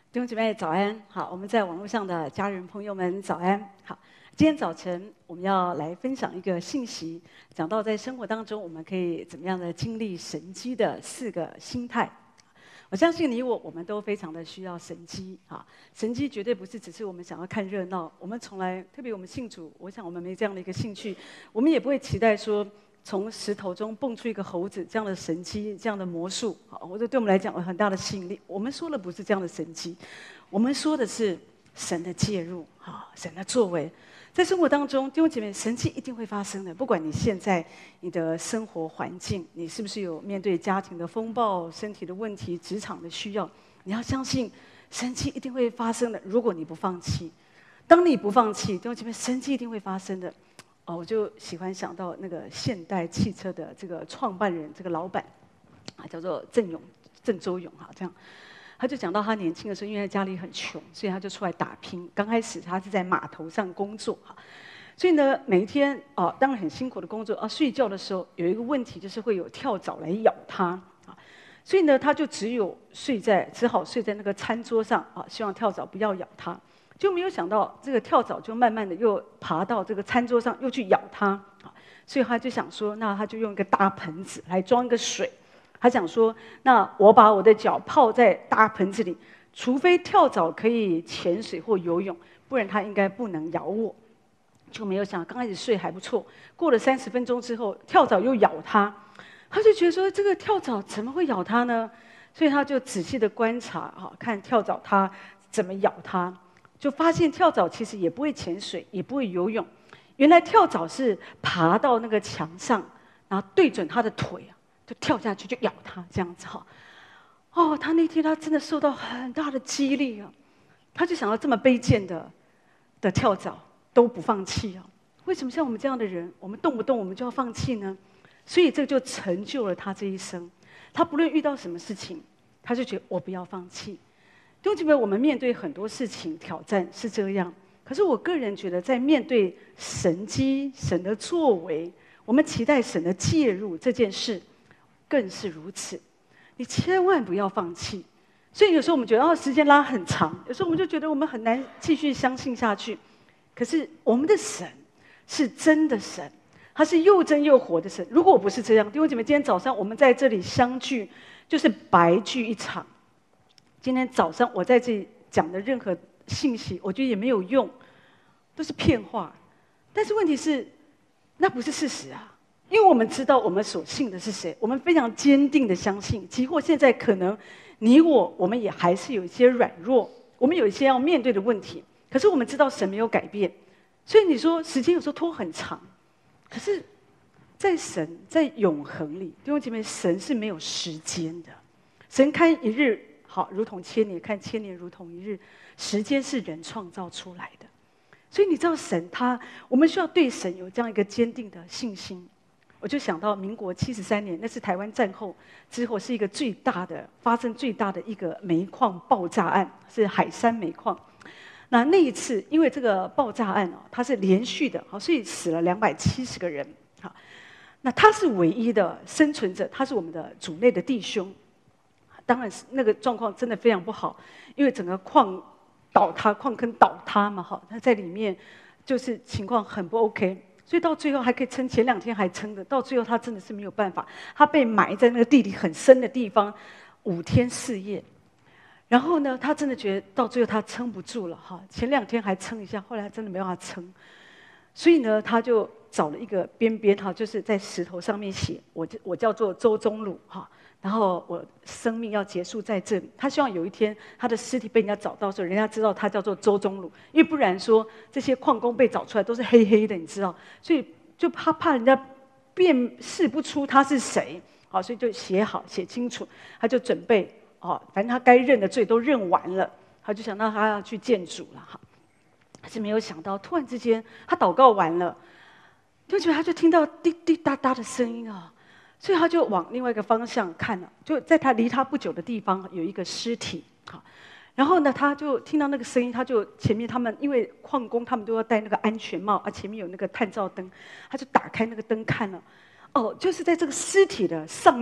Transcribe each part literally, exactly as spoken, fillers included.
弟兄姐妹早安，好，我们在网络上的家人朋友们早安，好。今天早晨我们要来分享一个信息，讲到在生活当中我们可以怎么样的经历神迹的四个心态。我相信你我我们都非常的需要神迹啊！神迹绝对不是只是我们想要看热闹，我们从来，特别我们信主，我想我们没这样的一个兴趣，我们也不会期待说从石头中蹦出一个猴子这样的神迹、这样的魔术啊，或者对我们来讲有很大的吸引力。我们说的不是这样的神迹，我们说的是神的介入啊，神的作为。在生活当中，弟兄姐妹，神迹一定会发生的。不管你现在你的生活环境，你是不是有面对家庭的风暴、身体的问题、职场的需要，你要相信神迹一定会发生的。如果你不放弃，当你不放弃，弟兄姐妹，神迹一定会发生的。哦，我就喜欢想到那个现代汽车的这个创办人，这个老板啊，叫做郑勇、郑周勇哈，这样。他就讲到他年轻的时候，因为家里很穷，所以他就出来打拼。刚开始他是在码头上工作哈，所以呢，每一天哦，当然很辛苦的工作啊。睡觉的时候有一个问题，就是会有跳蚤来咬他啊，所以呢，他就只有睡在，只好睡在那个餐桌上啊，希望跳蚤不要咬他。就没有想到这个跳蚤就慢慢的又爬到这个餐桌上，又去咬他啊，所以他就想说，那他就用一个大盆子来装一个水。他想说，那我把我的脚泡在大盆子里，除非跳蚤可以潜水或游泳，不然它应该不能咬我。就没有想，刚开始睡还不错，过了三十分钟之后，跳蚤又咬他，他就觉得说，这个跳蚤怎么会咬他呢？所以他就仔细的观察啊，看跳蚤它怎么咬他，就发现跳蚤其实也不会潜水，也不会游泳。原来跳蚤是爬到那个墙上，然后对准他的腿啊，就跳下去就咬他这样子哈。哦，他那天他真的受到很大的激励啊，他就想到这么卑贱的的跳蚤都不放弃啊。为什么像我们这样的人，我们动不动我们就要放弃呢？所以这就成就了他这一生。他不论遇到什么事情，他就觉得我不要放弃。弟兄姐妹，我们面对很多事情挑战是这样，可是我个人觉得，在面对神迹、神的作为，我们期待神的介入这件事，更是如此。你千万不要放弃。所以有时候我们觉得哦，时间拉很长，有时候我们就觉得我们很难继续相信下去。可是我们的神是真的神，他是又真又活的神。如果我不是这样，弟兄姐妹，今天早上我们在这里相聚，就是白聚一场。今天早上我在这里讲的任何信息，我觉得也没有用，都是骗话。但是问题是，那不是事实啊。因为我们知道我们所信的是谁，我们非常坚定的相信。即或现在可能你我，我们也还是有一些软弱，我们有一些要面对的问题。可是我们知道神没有改变，所以你说时间有时候拖很长，可是，在神在永恒里，弟兄姐妹，神是没有时间的。神看一日好如同千年，看千年如同一日。时间是人创造出来的，所以你知道神他，我们需要对神有这样一个坚定的信心。我就想到民国七十三年，那是台湾战后之后是一个最大的发生最大的一个煤矿爆炸案，是海山煤矿。那那一次，因为这个爆炸案哦，它是连续的，好，所以死了两百七十个人。好，那他是唯一的生存者，他是我们的主内的弟兄。当然是那个状况真的非常不好，因为整个矿倒塌，矿坑倒塌嘛，哈，他在里面就是情况很不 OK。所以到最后还可以撑，前两天还撑的，到最后他真的是没有办法，他被埋在那个地里很深的地方，五天四夜。然后呢，他真的觉得到最后他撑不住了哈，前两天还撑一下，后来他真的没办法撑，所以呢，他就找了一个边边哈，就是在石头上面写我我叫做周宗鲁哈，然后我生命要结束在这里。他希望有一天他的尸体被人家找到的时候，人家知道他叫做周宗鲁，因为不然说这些矿工被找出来都是黑黑的，你知道，所以就怕怕人家辨识不出他是谁，好，所以就写好写清楚，他就准备哦，反正他该认的罪都认完了，他就想到他要去见主了哈。可是没有想到，突然之间他祷告完了，就觉得他就听到滴滴答答的声音啊。所以他就往另外一个方向看了，就在他离他不久的地方有一个尸体，好，然后呢，他就听到那个声音，他就前面他们因为矿工他们都要戴那个安全帽啊，前面有那个探照灯，他就打开那个灯看了，哦，就是在这个尸体的上面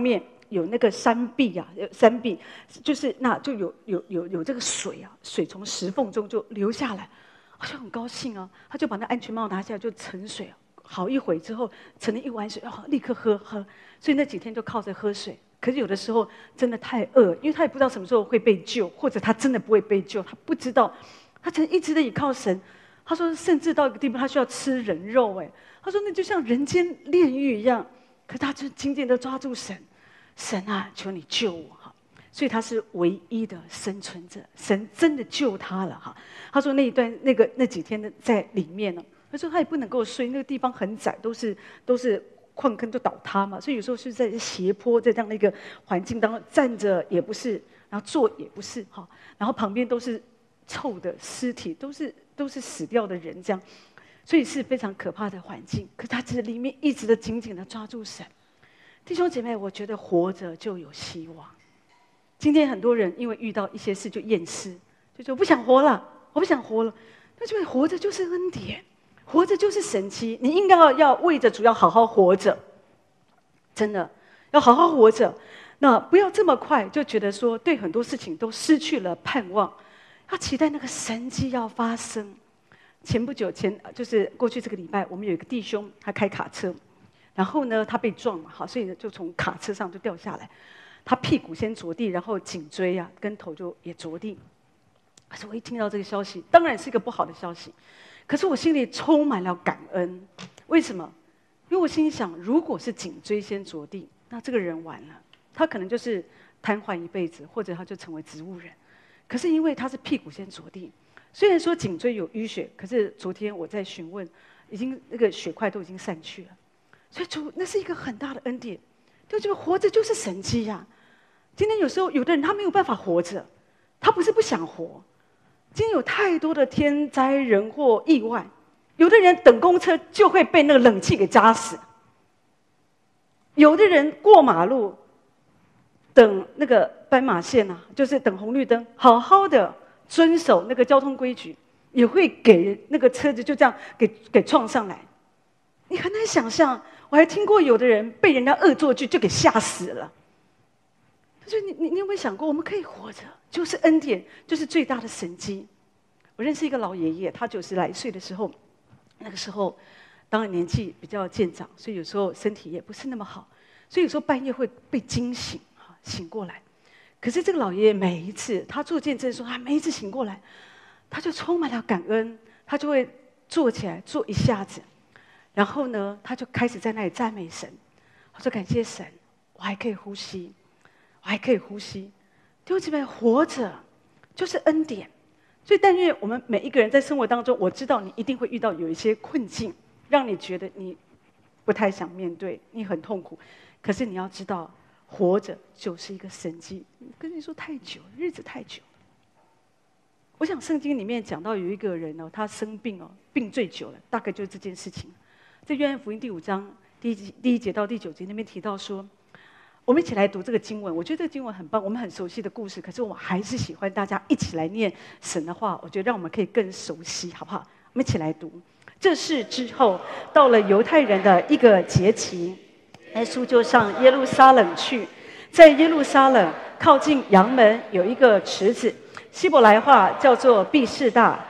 有那个山壁啊，山壁就是那就有有有有这个水啊，水从石缝中就流下来，他就很高兴啊，他就把那安全帽拿下来就盛水，好一会之后盛了一碗水，哦，立刻喝喝，所以那几天就靠着喝水。可是有的时候真的太饿，因为他也不知道什么时候会被救，或者他真的不会被救，他不知道，他曾一直的倚靠神。他说，甚至到一个地步，他需要吃人肉。哎，他说那就像人间炼狱一样。可是他就紧紧的抓住神，神啊，求你救我哈！所以他是唯一的生存者，神真的救他了哈。他说那一段那个那几天的在里面呢，他说他也不能够睡，那个地方很窄，都是都是矿坑都倒塌嘛，所以有时候是在斜坡在这样的一个环境当中站着也不是，然后坐也不是哈，然后旁边都是臭的尸体，都是都是死掉的人这样。所以是非常可怕的环境，可是他在里面一直的紧紧的抓住神。弟兄姐妹，我觉得活着就有希望。今天很多人因为遇到一些事就厌世，就说我不想活了，我不想活了。那就活着就是恩典，活着就是神迹。你应该要要为着主要好好活着，真的要好好活着。那不要这么快就觉得说对很多事情都失去了盼望，要期待那个神迹要发生。前不久前就是过去这个礼拜，我们有一个弟兄，他开卡车，然后呢他被撞嘛，好，所以呢就从卡车上就掉下来，他屁股先着地，然后颈椎啊跟头就也着地。可是我一听到这个消息，当然是一个不好的消息，可是我心里充满了感恩。为什么？因为我心里想，如果是颈椎先着地，那这个人完了，他可能就是瘫痪一辈子，或者他就成为植物人。可是因为他是屁股先着地。虽然说颈椎有淤血，可是昨天我在询问，已经那个血块都已经散去了，所以主那是一个很大的恩典。就觉得活着就是神迹呀、啊。今天有时候有的人他没有办法活着，他不是不想活，今天有太多的天灾人祸意外，有的人等公车就会被那个冷气给扎死，有的人过马路等那个斑马线啊，就是等红绿灯，好好的。遵守那个交通规矩，也会给那个车子就这样给给撞上来。你很难想象，我还听过有的人被人家恶作剧就给吓死了。所以你你你有没有想过，我们可以活着，就是恩典，就是最大的神迹。我认识一个老爷爷，他九十来岁的时候，那个时候当然年纪比较渐长，所以有时候身体也不是那么好，所以有时候半夜会被惊醒哈，醒过来。可是这个老爷爷每一次他做见证说，他每一次醒过来，他就充满了感恩，他就会坐起来坐一下子，然后呢，他就开始在那里赞美神。他说：“感谢神，我还可以呼吸，我还可以呼吸。”弟兄姊妹，活着就是恩典。所以，但愿我们每一个人在生活当中，我知道你一定会遇到有一些困境，让你觉得你不太想面对，你很痛苦。可是你要知道。活着就是一个神迹。跟你说太久，日子太久。我想圣经里面讲到有一个人哦，他生病哦，病最久了，大概就是这件事情。在约翰福音第五章第一第一节到第九节那边提到说，我们一起来读这个经文。我觉得这个经文很棒，我们很熟悉的故事，可是我还是喜欢大家一起来念神的话。我觉得让我们可以更熟悉，好不好？我们一起来读。这事之后，到了犹太人的一个节期。耶稣就上耶路撒冷去，在耶路撒冷靠近阳门有一个池子，希伯来话叫做毕士大，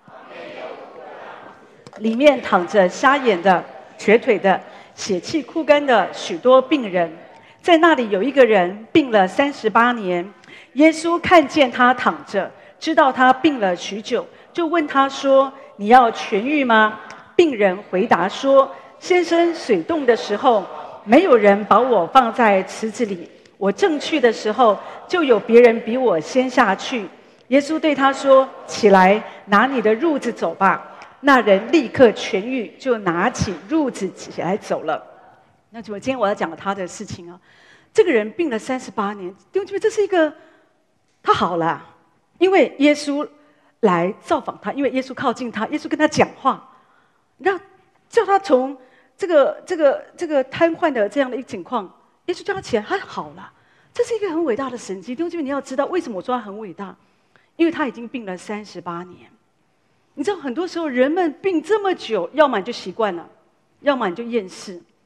里面躺着瞎眼的、瘸腿的、血气枯干的许多病人。在那里有一个人病了三十八年，耶稣看见他躺着，知道他病了许久，就问他说：“你要痊愈吗？”病人回答说：“先生，水动的时候。”没有人把我放在池子里，我正去的时候，就有别人比我先下去。耶稣对他说：“起来，拿你的褥子走吧。”那人立刻痊愈，就拿起褥子起来走了。那怎么今天我要讲他的事情啊？这个人病了三十八年，弟兄姐妹，这是一个他好了，因为耶稣来造访他，因为耶稣靠近他，耶稣跟他讲话，让叫他从。这个这个这个瘫痪的这样的一个情况，耶稣叫他起来，他好了，这是一个很伟大的神迹。弟兄姐妹，你要知道为什么我说他很伟大，因为他已经病了三十八年。你知道，很多时候人们病这么久，要么你就习惯了，要么你就厌世。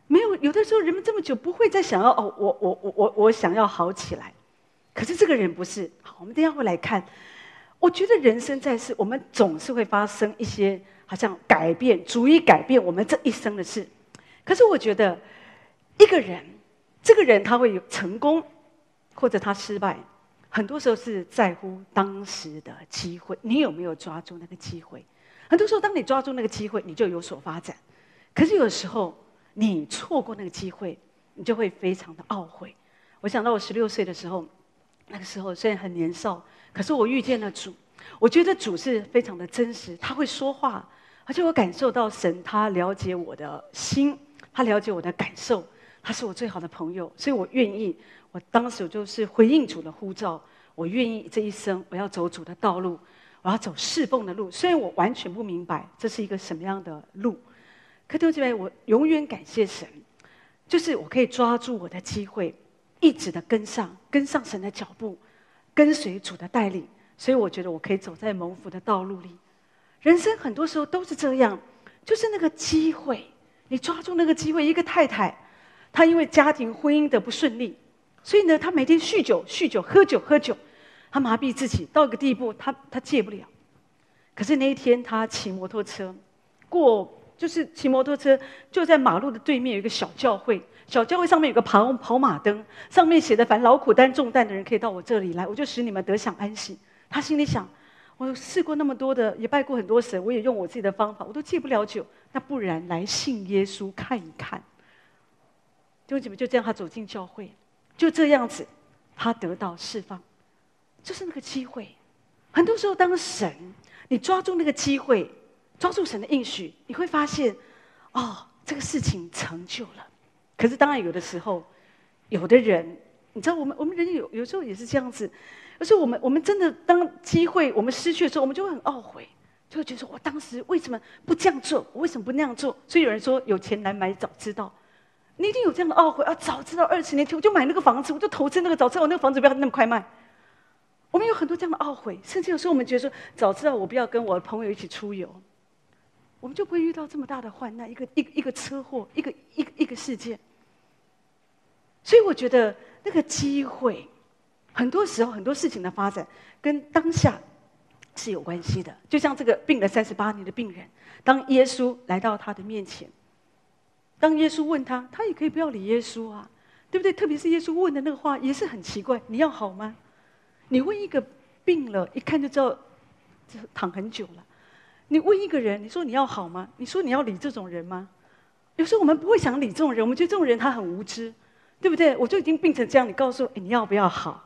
没有，有的时候人们这么久不会再想要哦，我我我我我想要好起来。可是这个人不是。好，我们等一下会来看。我觉得人生在世，我们总是会发生一些好像改变，足以改变我们这一生的事。可是我觉得，一个人，这个人他会有成功，或者他失败，很多时候是在乎当时的机会，你有没有抓住那个机会？很多时候，当你抓住那个机会，你就有所发展。可是有时候，你错过那个机会，你就会非常的懊悔。我想到我十六岁的时候。那个时候虽然很年少，可是我遇见了主。我觉得主是非常的真实，他会说话，而且我感受到神他了解我的心，他了解我的感受，他是我最好的朋友，所以我愿意。我当时就是回应主的呼召，我愿意这一生我要走主的道路，我要走侍奉的路。虽然我完全不明白这是一个什么样的路，可弟兄姐妹，我永远感谢神，就是我可以抓住我的机会。一直的跟上，跟上神的脚步，跟随主的带领，所以我觉得我可以走在蒙福的道路里。人生很多时候都是这样，就是那个机会，你抓住那个机会。一个太太，她因为家庭婚姻的不顺利，所以呢，她每天酗酒、酗酒、喝酒、喝酒，她麻痹自己到一个地步，她她戒不了。可是那一天，她骑摩托车过，就是骑摩托车，就在马路的对面有一个小教会。小教会上面有个跑跑马灯，上面写的凡劳苦担重担的人可以到我这里来，我就使你们得享安息。他心里想，我试过那么多的，也拜过很多神，我也用我自己的方法，我都戒不了酒，那不然来信耶稣看一看。弟兄姐妹，就这样他走进教会，就这样子他得到释放，就是那个机会。很多时候当神你抓住那个机会，抓住神的应许，你会发现哦，这个事情成就了。可是当然有的时候，有的人，你知道我们我们人有有时候也是这样子，有时候我们我们真的当机会我们失去的时候，我们就会很懊悔，就会觉得说我当时为什么不这样做，我为什么不那样做？所以有人说有钱难买早知道，你一定有这样的懊悔啊！早知道二十年前我就买那个房子，我就投资那个，早知道我那个房子不要那么快卖。我们有很多这样的懊悔，甚至有时候我们觉得说早知道我不要跟我的朋友一起出游，我们就不会遇到这么大的患难，一个一个一个车祸，一个一个一个事件。所以我觉得那个机会，很多时候很多事情的发展跟当下是有关系的。就像这个病了三十八年的病人，当耶稣来到他的面前，当耶稣问他，他也可以不要理耶稣啊，对不对？特别是耶稣问的那个话也是很奇怪：你要好吗？你问一个病了，一看就知道躺很久了。你问一个人，你说你要好吗？你说你要理这种人吗？有时候我们不会想理这种人，我们觉得这种人他很无知。对不对？我就已经病成这样，你告诉我，你要不要好？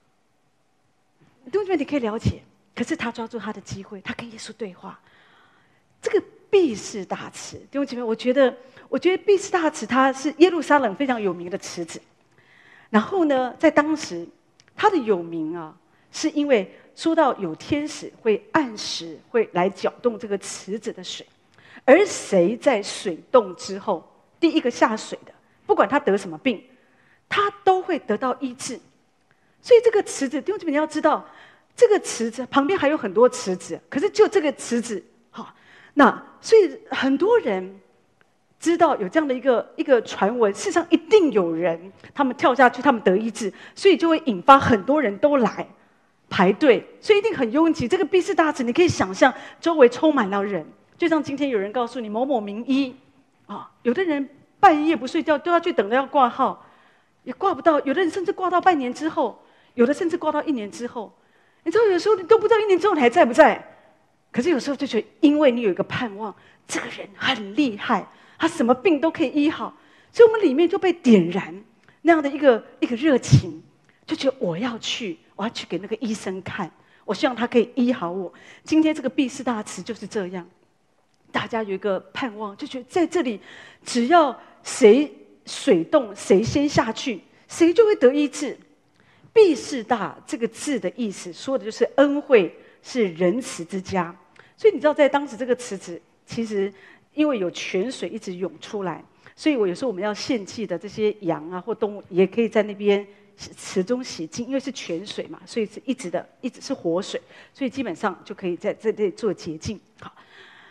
对不对？你可以了解。可是他抓住他的机会，他跟耶稣对话。这个毕士大池，弟兄姐妹，我觉得，我觉得毕士大池它是耶路撒冷非常有名的池子。然后呢，在当时，它的有名啊，是因为说到有天使会按时会来搅动这个池子的水，而谁在水动之后第一个下水的，不管他得什么病，他都会得到医治。所以这个池子，弟兄姐妹，你要知道，这个池子旁边还有很多池子，可是就这个池子，好，那所以很多人知道有这样的一个一个传闻，事实上一定有人他们跳下去，他们得医治，所以就会引发很多人都来排队，所以一定很拥挤。这个毕士大池，你可以想象周围充满了人，就像今天有人告诉你某某名医啊，有的人半夜不睡觉都要去等着要挂号，也挂不到，有的人甚至挂到半年之后，有的甚至挂到一年之后。你知道有时候你都不知道一年之后你还在不在，可是有时候就觉得因为你有一个盼望，这个人很厉害，他什么病都可以医好，所以我们里面就被点燃那样的一个一个热情，就觉得我要去，我要去给那个医生看，我希望他可以医好我。今天这个毕士大池就是这样，大家有一个盼望，就觉得在这里只要谁水动，谁先下去，谁就会得医治。毕士大这个字的意思，说的就是恩惠，是仁慈之家。所以你知道，在当时这个池子，其实因为有泉水一直涌出来，所以我有时候我们要献祭的这些羊啊或动物，也可以在那边池中洗净，因为是泉水嘛，所以是一直的，一直是活水，所以基本上就可以在这里做洁净。好，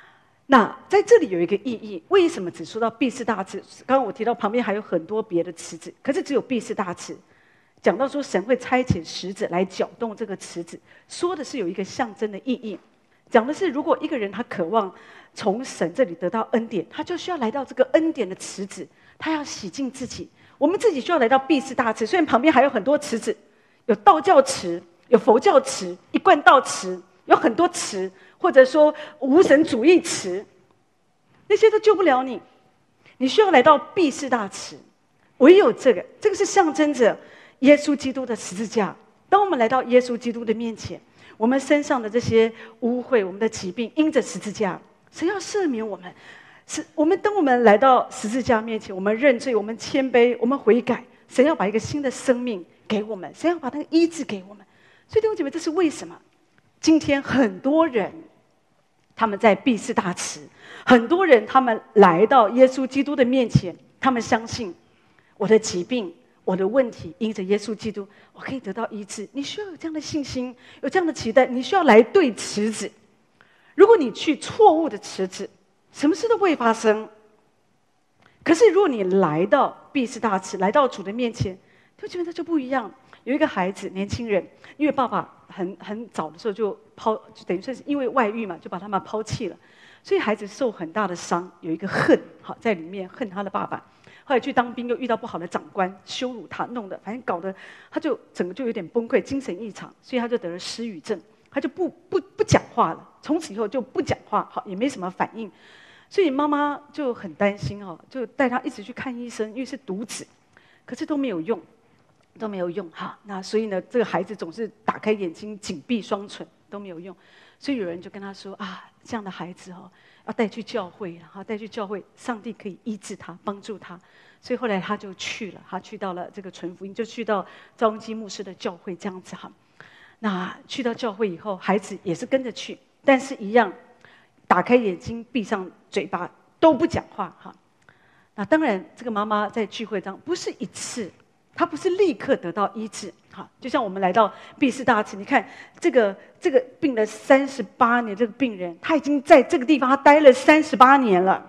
那在这里有一个意义，为什么只说到毕士大池？刚刚我提到旁边还有很多别的池子，可是只有毕士大池讲到说神会差遣使者来搅动这个池子，说的是有一个象征的意义，讲的是如果一个人他渴望从神这里得到恩典，他就需要来到这个恩典的池子，他要洗净自己。我们自己需要来到毕士大池，虽然旁边还有很多池子，有道教池，有佛教池，一贯道池，有很多池，或者说无神主义池，那些都救不了你。你需要来到毕士大池，唯有这个，这个是象征着耶稣基督的十字架。当我们来到耶稣基督的面前，我们身上的这些污秽，我们的疾病，因着十字架，神要赦免我们。是我们当我们来到十字架面前，我们认罪，我们谦卑，我们悔改，神要把一个新的生命给我们，神要把那个医治给我们。所以弟兄姐妹，这是为什么今天很多人他们在毕士大池，很多人他们来到耶稣基督的面前，他们相信我的疾病，我的问题，因着耶稣基督，我可以得到医治。你需要有这样的信心，有这样的期待，你需要来对池子。如果你去错误的池子，什么事都不会发生。可是如果你来到毕士大池，来到主的面前，就觉得就不一样。有一个孩子，年轻人，因为爸爸很很早的时候就抛，就等于说是因为外遇嘛，就把他们抛弃了，所以孩子受很大的伤，有一个恨好在里面，恨他的爸爸。后来去当兵，又遇到不好的长官，羞辱他，弄得反正搞得他就整个就有点崩溃，精神异常，所以他就得了失语症，他就不不不讲话了，从此以后就不讲话，好也没什么反应。所以妈妈就很担心哦，就带他一直去看医生，因为是独子，可是都没有用，都没有用哈。那所以呢，这个孩子总是打开眼睛，紧闭双唇，都没有用。所以有人就跟他说啊，这样的孩子哦，要带去教会，然后带去教会，上帝可以医治他，帮助他。所以后来他就去了，他去到了这个纯福音，就去到赵文基牧师的教会这样子哈。那去到教会以后，孩子也是跟着去，但是一样。打开眼睛，闭上嘴巴，都不讲话哈。那当然，这个妈妈在聚会中不是一次，她不是立刻得到医治哈。就像我们来到毕士大池，你看这个这个病了三十八年，这个病人他已经在这个地方他待了三十八年了。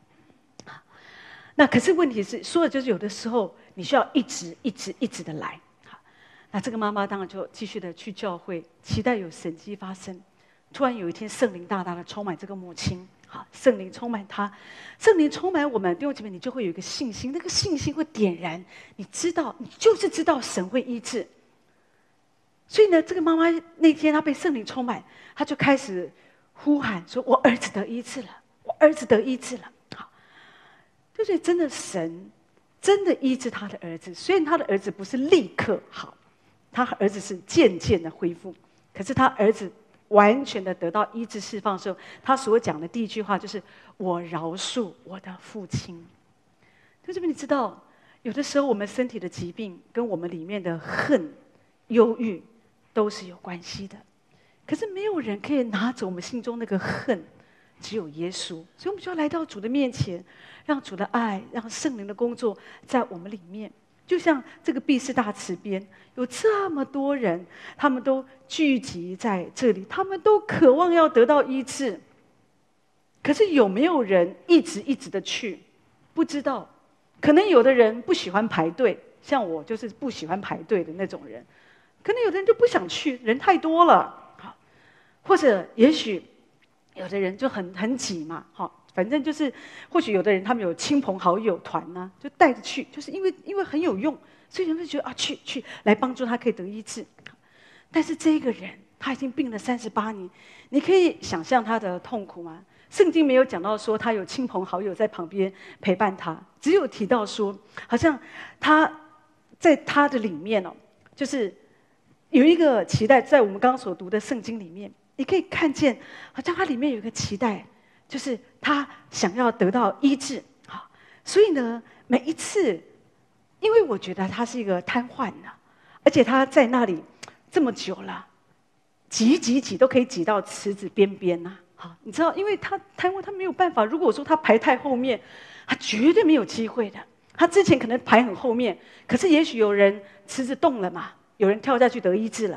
那可是问题是，说的就是有的时候你需要一直一直一直的来。那这个妈妈当然就继续的去教会，期待有神迹发生。突然有一天，圣灵大大的充满这个母亲，好，圣灵充满她，圣灵充满我们弟兄姐妹，你就会有一个信心，那个信心会点燃，你知道，你就是知道神会医治。所以呢，这个妈妈那天她被圣灵充满，她就开始呼喊说：“我儿子得医治了，我儿子得医治了。”好，就是真的神真的医治他的儿子，虽然他的儿子不是立刻好，他儿子是渐渐的恢复，可是他儿子。完全的得到医治释放的时候，他所讲的第一句话就是“我饶恕我的父亲”。可是你知道，有的时候我们身体的疾病跟我们里面的恨、忧郁都是有关系的。可是没有人可以拿走我们心中那个恨，只有耶稣。所以我们就要来到主的面前，让主的爱、让圣灵的工作在我们里面。就像这个毕士大池边有这么多人，他们都聚集在这里，他们都渴望要得到医治。可是有没有人一直一直的去？不知道。可能有的人不喜欢排队，像我就是不喜欢排队的那种人。可能有的人就不想去，人太多了。好，或者也许有的人就很很挤嘛，好。反正就是，或许有的人他们有亲朋好友团呢、啊，就带着去，就是因为因为很有用，所以人们就觉得啊，去去来帮助他可以得医治。但是这个人他已经病了三十八年，你可以想象他的痛苦吗？圣经没有讲到说他有亲朋好友在旁边陪伴他，只有提到说，好像他在他的里面哦，就是有一个期待，在我们刚刚所读的圣经里面，你可以看见，好像它里面有一个期待。就是他想要得到医治，好，所以呢，每一次，因为我觉得他是一个瘫痪呢，而且他在那里这么久了，挤挤挤都可以挤到池子边边呐，好，你知道，因为他瘫痪，他没有办法。如果说他排太后面，他绝对没有机会的。他之前可能排很后面，可是也许有人池子动了嘛，有人跳下去得医治了，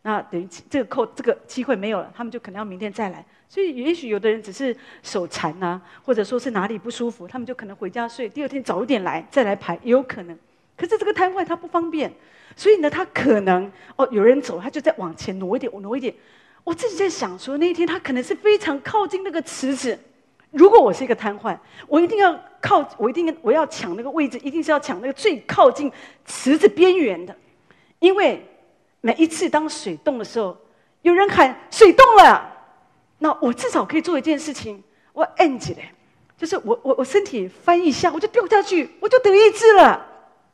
那等于这个扣这个机会没有了，他们就可能要明天再来。所以也许有的人只是手残啊，或者说是哪里不舒服，他们就可能回家睡，第二天早一点来再来排，也有可能。可是这个瘫痪他不方便，所以呢，他可能哦有人走，他就再往前挪一点，挪一点。我自己在想说，那一天他可能是非常靠近那个池子。如果我是一个瘫痪，我一定要靠，我一定我要抢那个位置，一定是要抢那个最靠近池子边缘的，因为每一次当水动的时候，有人喊水动了，那我至少可以做一件事情，我按起来，就是我我我身体翻一下，我就掉下去，我就得医治了。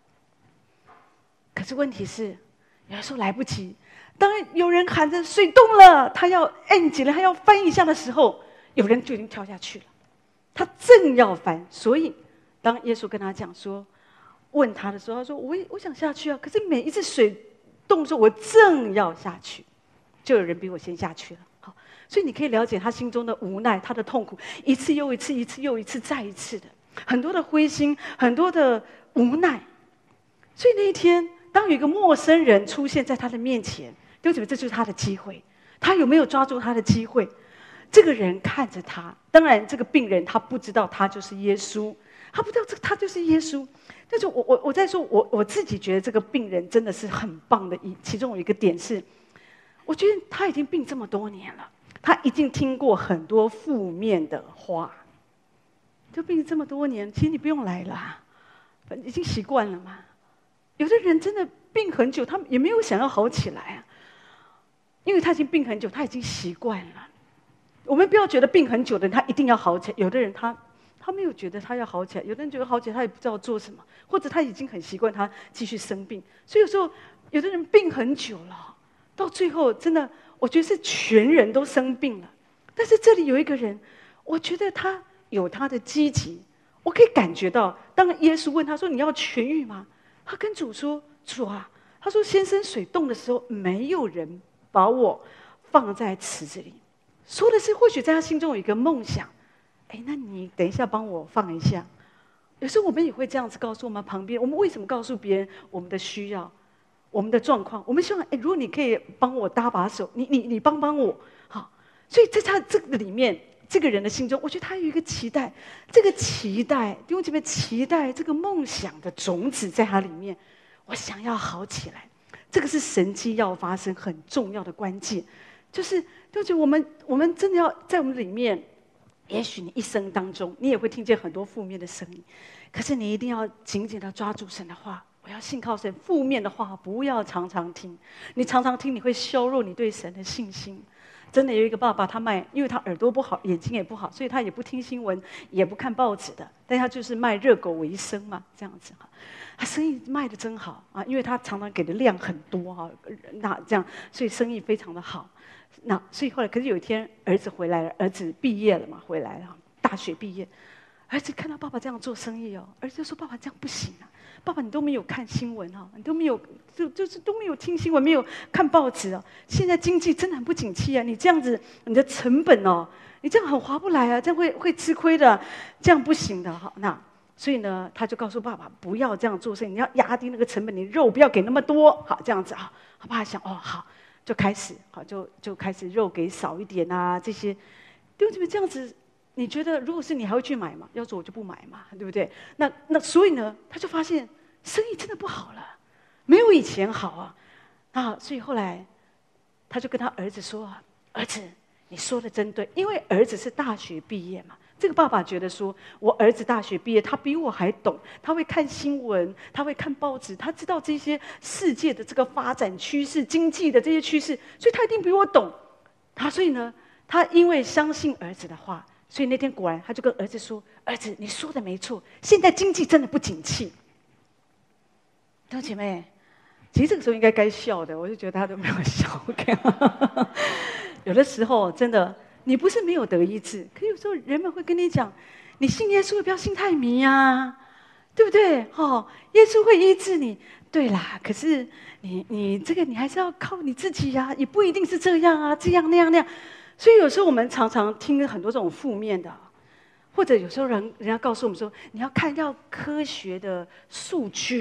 可是问题是，有的时候来不及。当有人喊着水动了，他要按起来，他要翻一下的时候，有人就已经跳下去了。他正要翻，所以当耶稣跟他讲说，问他的时候，他说：“我也我想下去啊，可是每一次水动的时候，我正要下去，就有人比我先下去了。”好，所以你可以了解他心中的无奈，他的痛苦，一次又一次，一次又一次，再一次的很多的灰心，很多的无奈。所以那一天，当有一个陌生人出现在他的面前，弟兄姊妹，这就是他的机会。他有没有抓住他的机会？这个人看着他，当然这个病人他不知道他就是耶稣，他不知道这他就是耶稣。但是我我我在说，我我自己觉得这个病人真的是很棒的一，其中有一个点是，我觉得他已经病这么多年了，他已经听过很多负面的话，就病这么多年，其实你不用来了，已经习惯了嘛。有的人真的病很久，他们也没有想要好起来啊，因为他已经病很久，他已经习惯了。我们不要觉得病很久的人他一定要好起来，有的人他他没有觉得他要好起来，有的人觉得好起来他也不知道做什么，或者他已经很习惯他继续生病。所以有时候有的人病很久了，到最后真的我觉得是全人都生病了。但是这里有一个人，我觉得他有他的积极，我可以感觉到，当耶稣问他说：“你要痊愈吗？”他跟主说：“主啊，他说先生水动的时候，没有人把我放在池子里。”说的是，或许在他心中有一个梦想，哎，那你等一下帮我放一下。有时候我们也会这样子告诉我们旁边，我们为什么告诉别人我们的需要、我们的状况？我们希望，哎，如果你可以帮我搭把手，你你你帮帮我，好。所以在他这个里面，这个人的心中，我觉得他有一个期待，这个期待，弟兄姐妹，期待这个梦想的种子在他里面，我想要好起来，这个是神迹要发生很重要的关键，就是。就是我们，我们真的要在我们里面，也许你一生当中，你也会听见很多负面的声音，可是你一定要紧紧的抓住神的话。我要信靠神，负面的话不要常常听，你常常听，你会削弱你对神的信心。真的有一个爸爸，他卖，因为他耳朵不好，眼睛也不好，所以他也不听新闻，也不看报纸的，但他就是卖热狗为生嘛，这样子哈。他生意卖得真好啊，因为他常常给的量很多哈，那这样，所以生意非常的好。那所以后来，可是有一天儿子回来了，儿子毕业了嘛，回来了，大学毕业，儿子看到爸爸这样做生意哦，儿子就说：“爸爸这样不行啊，爸爸你都没有看新闻哈，你都没有就就是都没有听新闻，没有看报纸哦，现在经济真的很不景气啊，你这样子你的成本哦，你这样很划不来啊，这样会会吃亏的，这样不行的哈。”那所以呢，他就告诉爸爸不要这样做生意，你要压低那个成本，你肉不要给那么多，好这样子啊。他爸爸想哦好。就开始好，就就开始肉给少一点啊，这些，弟兄姊妹这样子，你觉得如果是你还会去买吗？要是我就不买嘛，对不对？那那所以呢，他就发现生意真的不好了，没有以前好啊。那所以后来，他就跟他儿子说：“儿子，你说的真对，因为儿子是大学毕业嘛。”这个爸爸觉得说，我儿子大学毕业，他比我还懂，他会看新闻，他会看报纸，他知道这些世界的这个发展趋势、经济的这些趋势，所以他一定比我懂。他所以呢，他因为相信儿子的话，所以那天果然他就跟儿子说：“儿子，你说的没错，现在经济真的不景气。”弟兄姐妹，其实这个时候应该该笑的，我就觉得他都没有笑。OK， 有的时候真的。你不是没有得医治，可有时候人们会跟你讲，你信耶稣不要信太迷啊，对不对？哦，耶稣会医治你，对啦。可是你你这个你还是要靠你自己呀、啊，也不一定是这样啊，这样那样那样。所以有时候我们常常听很多这种负面的，或者有时候人人家告诉我们说，你要看到科学的数据，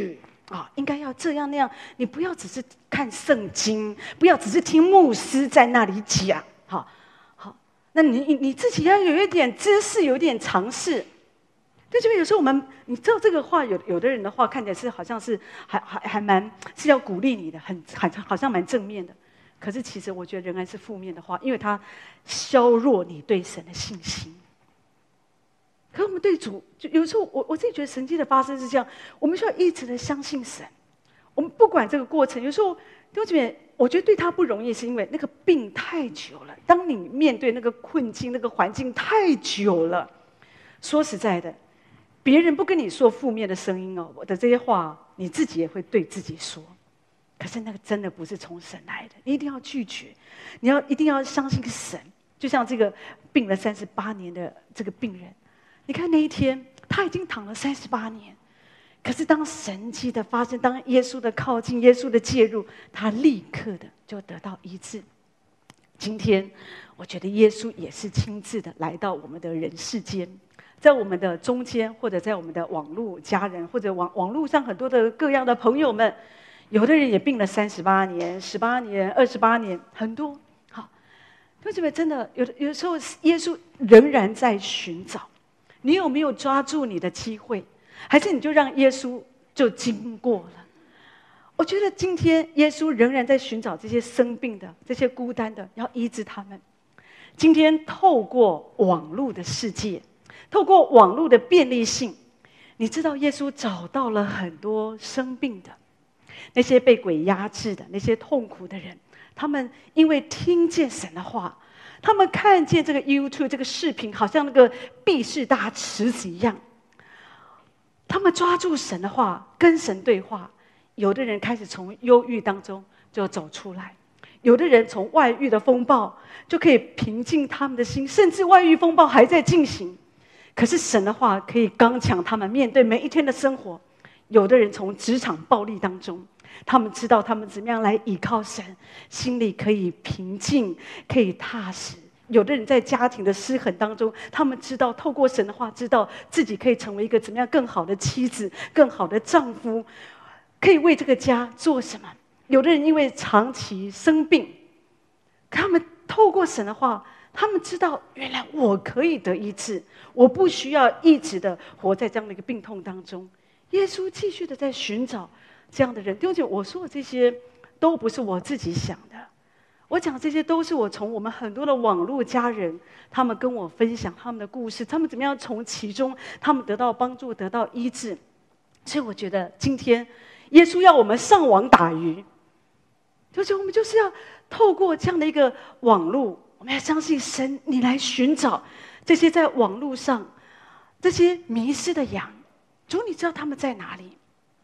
啊，应该要这样那样。你不要只是看圣经，不要只是听牧师在那里讲，好，好，那你你你自己要有一点知识，有一点尝试。对，这边有时候我们，你知道这个话，有有的人的话看起来是好像是还还还蛮是要鼓励你的，很很好像蛮正面的。可是其实我觉得仍然是负面的话，因为它削弱你对神的信心。可是我们对主，就有时候我我自己觉得神迹的发生是这样，我们需要一直的相信神。我们不管这个过程，有时候弟兄姐妹，我觉得对他不容易，是因为那个病太久了。当你面对那个困境、那个环境太久了，说实在的。别人不跟你说负面的声音哦，我的这些话，你自己也会对自己说。可是那个真的不是从神来的，你一定要拒绝，你要一定要相信神。就像这个病了三十八年的这个病人，你看那一天他已经躺了三十八年，可是当神迹的发生，当耶稣的靠近、耶稣的介入，他立刻的就得到医治。今天我觉得耶稣也是亲自的来到我们的人世间。在我们的中间，或者在我们的网络家人，或者网网络上很多的各样的朋友们，有的人也病了三十八年、十八年、二十八年，很多。好，同学们，真的有的有的时候，耶稣仍然在寻找。你有没有抓住你的机会？还是你就让耶稣就经过了？我觉得今天耶稣仍然在寻找这些生病的、这些孤单的，要医治他们。今天透过网络的世界。透过网络的便利性，你知道耶稣找到了很多生病的，那些被鬼压制的，那些痛苦的人，他们因为听见神的话，他们看见这个 YouTube 这个视频，好像那个毕士大池子一样，他们抓住神的话，跟神对话。有的人开始从忧郁当中就走出来，有的人从外遇的风暴就可以平静他们的心，甚至外遇风暴还在进行。可是神的话可以刚强他们面对每一天的生活。有的人从职场暴力当中，他们知道他们怎么样来依靠神，心里可以平静，可以踏实。有的人在家庭的失衡当中，他们知道透过神的话，知道自己可以成为一个怎么样更好的妻子、更好的丈夫，可以为这个家做什么。有的人因为长期生病，他们透过神的话，他们知道原来我可以得医治，我不需要一直的活在这样的一个病痛当中。耶稣继续的在寻找这样的人。弟兄姐妹，我说的这些都不是我自己想的，我讲这些都是我从我们很多的网络家人，他们跟我分享他们的故事，他们怎么样从其中他们得到帮助，得到医治。所以我觉得今天耶稣要我们上网打鱼，就是我们就是要透过这样的一个网络，我们要相信神，你来寻找这些在网络上这些迷失的羊。主，你知道他们在哪里？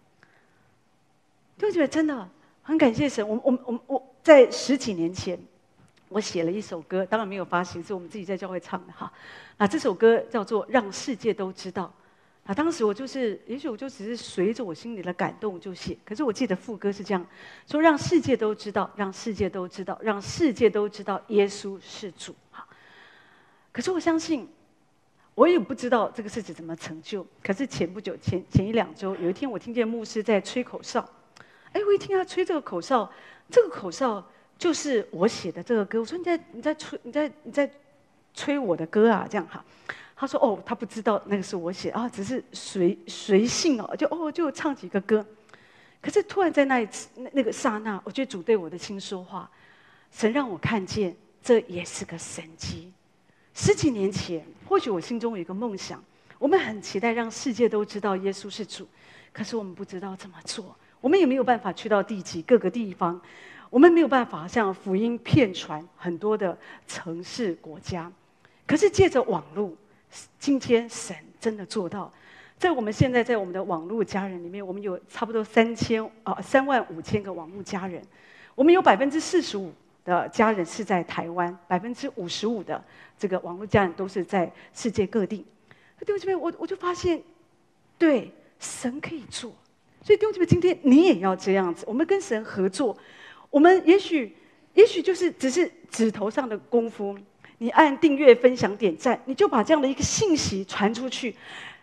就觉得真的很感谢神。我我我我在十几年前，我写了一首歌，当然没有发行，是我们自己在教会唱的哈。那这首歌叫做《让世界都知道》。啊，当时我就是，也许我就只是随着我心里的感动就写。可是我记得副歌是这样说：让世界都知道，让世界都知道，让世界都知道耶稣是主。哈，可是我相信，我也不知道这个事情怎么成就。可是前不久，前前一两周，有一天我听见牧师在吹口哨，哎，我一听他吹这个口哨，这个口哨就是我写的这个歌。我说你在你在吹你在你在吹我的歌啊，这样哈。他说：“哦，他不知道那个是我写啊，只是随随性哦，就哦就唱几个歌。可是突然在那一次那那个刹那，我觉得主对我的心说话，神让我看见这也是个神迹。十几年前，或许我心中有一个梦想，我们很期待让世界都知道耶稣是主，可是我们不知道怎么做，我们也没有办法去到地级各个地方，我们没有办法像福音遍传很多的城市国家。可是借着网络。”今天神真的做到，在我们现在在我们的网络家人里面，我们有差不多三千啊三万五千个网络家人，我们有百分之四十五的家人是在台湾，百分之五十五的这个网络家人都是在世界各地。弟兄姐妹，我我就发现，对神可以做，所以弟兄姐妹，今天你也要这样子，我们跟神合作，我们也许也许就是只是指头上的功夫。你按订阅、分享、点赞，你就把这样的一个信息传出去。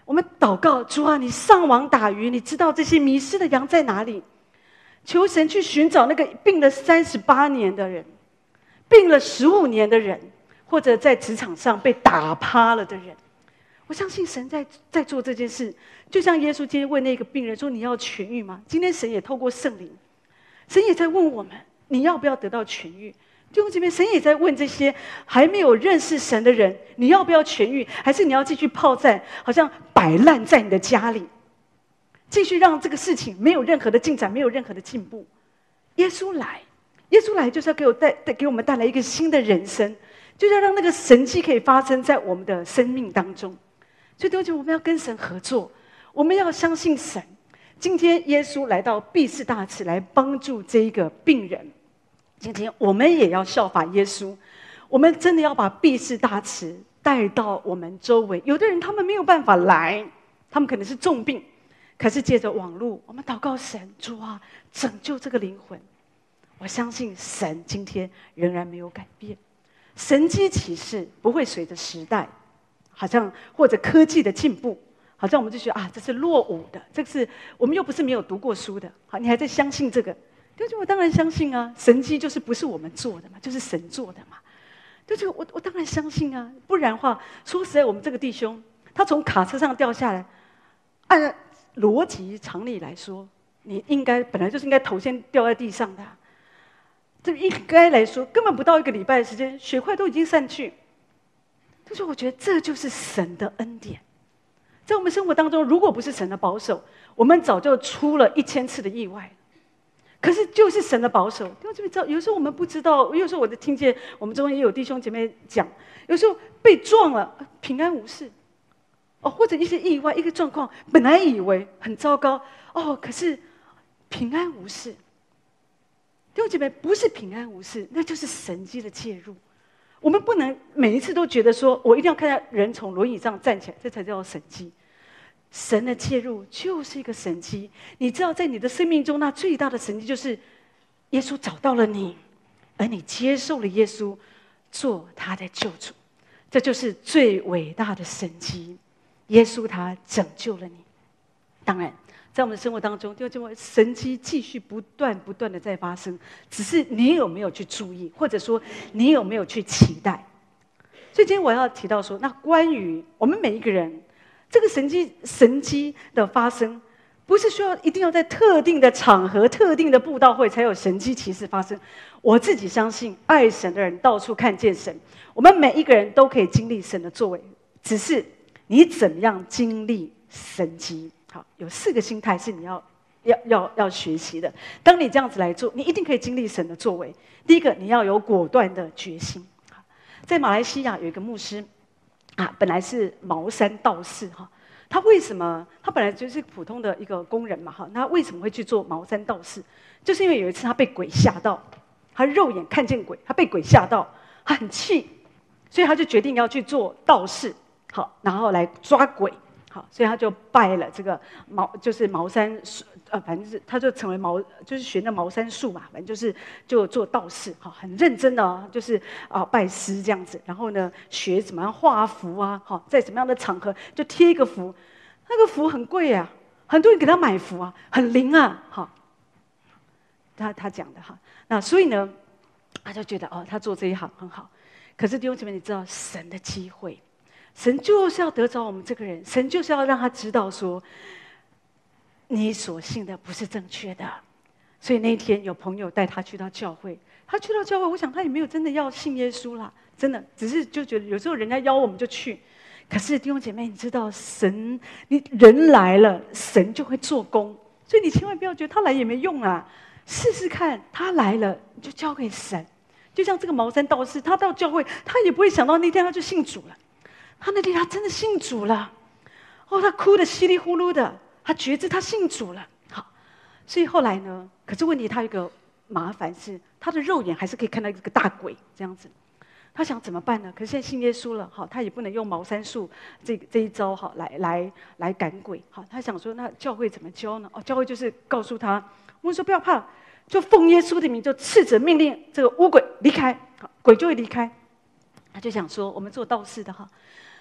我们祷告，主啊，你上网打鱼，你知道这些迷失的羊在哪里？求神去寻找那个病了三十八年的人，病了十五年的人，或者在职场上被打趴了的人。我相信神在在做这件事，就像耶稣今天问那个病人说：“你要痊愈吗？”今天神也透过圣灵，神也在问我们：你要不要得到痊愈？弟兄姐妹，神也在问这些还没有认识神的人：你要不要痊愈？还是你要继续泡在好像摆烂在你的家里，继续让这个事情没有任何的进展，没有任何的进步？耶稣来，耶稣来就是要给我带带给我们带来一个新的人生，就是要让那个神迹可以发生在我们的生命当中。所以弟兄姐妹，我们要跟神合作，我们要相信神。今天耶稣来到毕士大池来帮助这一个病人，今天我们也要效法耶稣，我们真的要把毕士大池带到我们周围。有的人他们没有办法来，他们可能是重病，可是借着网络，我们祷告神，主啊，拯救这个灵魂。我相信神今天仍然没有改变，神迹奇事不会随着时代，好像或者科技的进步，好像我们就觉得啊，这是落伍的，这是我们又不是没有读过书的，好，你还在相信这个？对，我当然相信啊，神迹就是不是我们做的嘛，就是神做的嘛。对，这个我我当然相信啊，不然的话，说实在，我们这个弟兄他从卡车上掉下来，按逻辑常理来说，你应该本来就是应该头先掉在地上的、啊，这应该来说根本不到一个礼拜的时间，血块都已经散去。就是我觉得这就是神的恩典，在我们生活当中，如果不是神的保守，我们早就出了一千次的意外。可是就是神的保守，弟兄姐妹知道，有时候我们不知道，有时候我就听见我们中间也有弟兄姐妹讲，有时候被撞了，平安无事，哦，或者一些意外，一个状况，本来以为很糟糕，哦，可是平安无事。弟兄姐妹，不是平安无事，那就是神迹的介入。我们不能每一次都觉得说，我一定要看到人从轮椅上站起来，这才叫神迹。神的介入就是一个神迹。你知道，在你的生命中，那最大的神迹就是耶稣找到了你，而你接受了耶稣做他的救主，这就是最伟大的神迹。耶稣他拯救了你。当然，在我们的生活当中，就这么神迹继续不断不断的在发生，只是你有没有去注意，或者说你有没有去期待。所以今天我要提到说，那关于我们每一个人，这个神迹神迹的发生，不是说一定要在特定的场合、特定的布道会才有神迹奇事发生。我自己相信，爱神的人到处看见神，我们每一个人都可以经历神的作为，只是你怎么样经历神迹。好，有四个心态是你要要要要学习的。当你这样子来做，你一定可以经历神的作为。第一个，你要有果断的决心。在马来西亚有一个牧师啊，本来是茅山道士哈，他为什么？他本来就是普通的一个工人嘛哈，那为什么会去做茅山道士？就是因为有一次他被鬼吓到，他肉眼看见鬼，他被鬼吓到，他很气，所以他就决定要去做道士，好，然后来抓鬼。好，所以他就拜了这个茅，就是茅山术，呃，反正是他就成为茅，就是学那茅山术嘛，反正就是就做道士，好，很认真的、哦，就是啊、呃、拜师这样子，然后呢学怎么样画符啊，好，在什么样的场合就贴一个符，那个符很贵啊，很多人给他买符啊，很灵啊，好，他他讲的哈，那所以呢，他就觉得哦，他做这一行很好，可是弟兄姐妹，你知道神的机会。神就是要得着我们这个人，神就是要让他知道说，你所信的不是正确的。所以那一天有朋友带他去到教会，他去到教会，我想他也没有真的要信耶稣啦，真的只是就觉得有时候人家邀我们就去。可是弟兄姐妹，你知道神，你人来了，神就会做工，所以你千万不要觉得他来也没用啊，试试看，他来了你就交给神。就像这个茅山道士，他到教会，他也不会想到那天他就信主了。他那天他真的信主了，哦，他哭得稀里呼噜的，他觉知他信主了。好，所以后来呢，可是问题他有一个麻烦是，他的肉眼还是可以看到一个大鬼这样子。他想怎么办呢？可是现在信耶稣了，好，他也不能用茅山术这这一招好来来来赶鬼。好，他想说那教会怎么教呢？哦，教会就是告诉他，我们说不要怕，就奉耶稣的名，就斥责命令这个污鬼离开，好，鬼就会离开。他就想说，我们做道士的哈。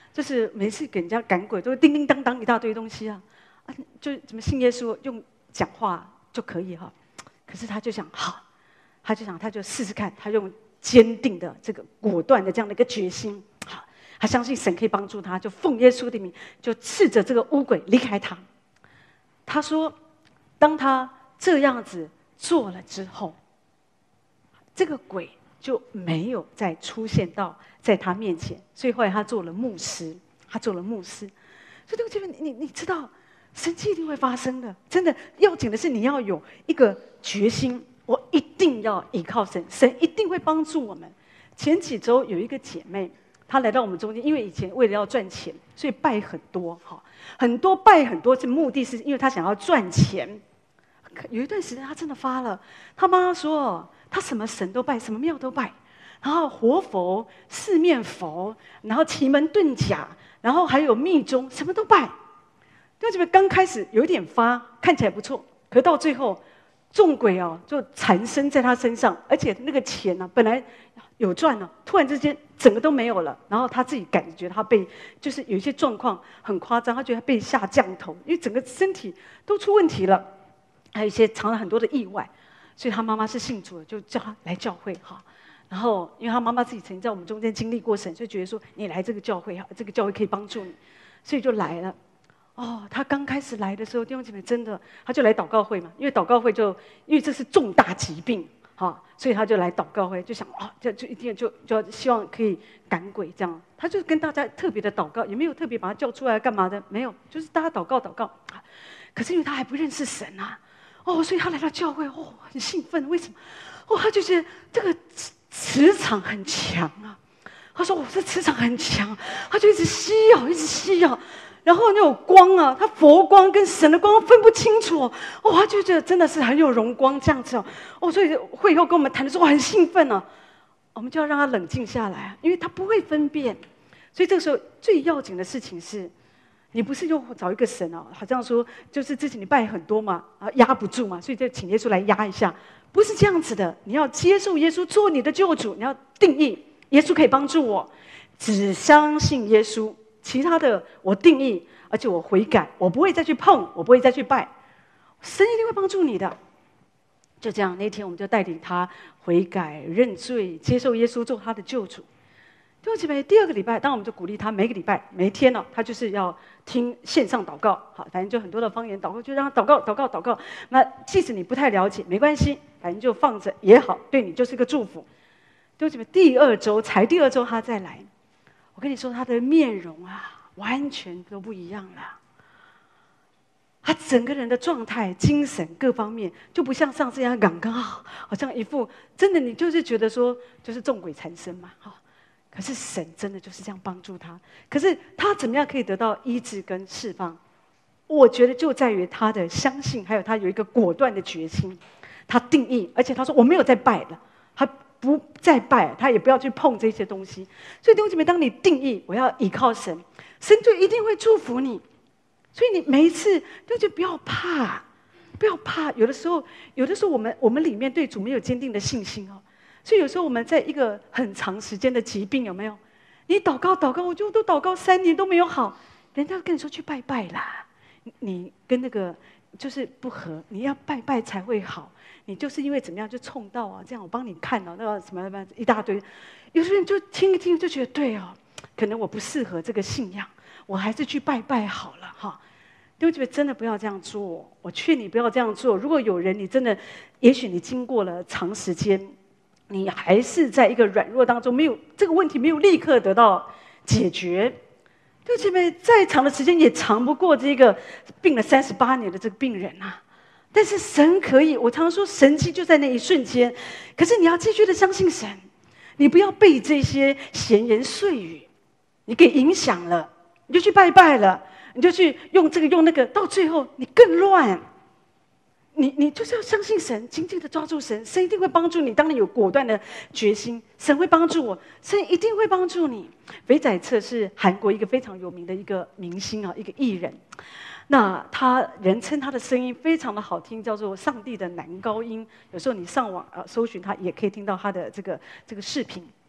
就是每次给人家赶鬼都叮叮当当一大堆东西啊，啊，就怎么信耶稣用讲话就可以哈。可是他就想好，他就想他就试试看，他用坚定的这个果断的这样的一个决心，好，他相信神可以帮助他，就奉耶稣的名，就斥着这个污鬼离开他。他说，当他这样子做了之后，这个鬼就没有再出现到在他面前，所以后来他做了牧师，他做了牧师。所以这个这边你你知道，神迹一定会发生的，真的要紧的是你要有一个决心，我一定要依靠神，神一定会帮助我们。前几周有一个姐妹，她来到我们中间，因为以前为了要赚钱，所以拜很多哈，很多拜很多，是目的是因为她想要赚钱。有一段时间她真的发了，她妈妈说她什么神都拜，什么庙都拜，然后活佛、四面佛，然后奇门遁甲，然后还有密宗，什么都拜。就这边刚开始有一点发，看起来不错，可到最后，众鬼哦就缠身在他身上，而且那个钱呢、啊、本来有赚了，突然之间整个都没有了。然后他自己感觉他被就是有一些状况很夸张，他觉得他被下降头，因为整个身体都出问题了，还有一些藏了很多的意外。所以他妈妈是信主的，就叫他来教会哈。然后因为他妈妈自己曾经在我们中间经历过神，所以觉得说你来这个教会哈，这个教会可以帮助你，所以就来了。哦，他刚开始来的时候，弟兄姐妹真的，他就来祷告会嘛，因为祷告会就因为这是重大疾病，哈、哦，所以他就来祷告会，就想啊、哦，就就一定就就希望可以赶鬼这样。他就跟大家特别的祷告，也没有特别把他叫出来干嘛的，没有，就是大家祷告祷告。可是因为他还不认识神啊，哦，所以他来到教会，哦，很兴奋，为什么？哦，他就觉得这个磁场很强啊。他说：“我、哦、这磁场很强。”他就一直吸哦，一直吸哦。然后那种光啊，他佛光跟神的光分不清楚哦，哦他就觉得真的是很有荣光这样子哦，哦，所以会后跟我们谈的时候很兴奋哦，我们就要让他冷静下来，因为他不会分辨，所以这个时候最要紧的事情是，你不是又找一个神哦，好像说就是之前你拜很多嘛，啊压不住嘛，所以就请耶稣来压一下，不是这样子的，你要接受耶稣做你的救主，你要定义耶稣可以帮助我，只相信耶稣。其他的我定义，而且我悔改，我不会再去碰，我不会再去拜，神一定会帮助你的。就这样，那天我们就带领他悔改、认罪，接受耶稣做他的救主。弟兄姐妹，第二个礼拜，当我们就鼓励他，每个礼拜、每一天呢、哦，他就是要听线上祷告，好，反正就很多的方言祷告，就让他祷告、祷告、祷告。那即使你不太了解，没关系，反正就放着也好，对你就是个祝福。弟兄姐妹，第二周才第二周他再来。我跟你说，他的面容啊，完全都不一样了。他整个人的状态、精神各方面，就不像上次一样刚刚好，好像一副真的，你就是觉得说，就是众鬼缠身嘛，哈。可是神真的就是这样帮助他。可是他怎么样可以得到医治跟释放？我觉得就在于他的相信，还有他有一个果断的决心。他定义，而且他说我没有再拜了，他。不再拜，他也不要去碰这些东西。所以弟兄姐妹，当你定义我要依靠神，神就一定会祝福你。所以你每一次就就不要怕，不要怕。有的时候，有的时候我们我们里面对主没有坚定的信心哦，所以有时候我们在一个很长时间的疾病，有没有？你祷告祷告，我就都祷告三年都没有好，人家跟你说去拜拜啦，你跟那个就是不合，你要拜拜才会好。你就是因为怎么样就冲到啊，这样我帮你看哦，那个什么什么一大堆，有些人就听一听就觉得对哦，可能我不适合这个信仰，我还是去拜拜好了哈。弟兄姐妹，真的不要这样做，我劝你不要这样做。如果有人你真的，也许你经过了长时间，你还是在一个软弱当中，没有这个问题没有立刻得到解决。弟兄姐妹，再长的时间也长不过这个病了三十八年的这个病人啊。但是神可以，我常常说神迹就在那一瞬间。可是你要继续的相信神，你不要被这些闲言碎语你给影响了，你就去拜拜了，你就去用这个用那个，到最后你更乱。你你就是要相信神，紧紧的抓住神，神一定会帮助你。当你有果断的决心，神会帮助我，神一定会帮助你。肥仔彻是韩国一个非常有名的一个明星啊，一个艺人。那他人称他的声音非常的好听，叫做上帝的男高音。有时候你上网呃搜寻他，也可以听到他的这个这个视频。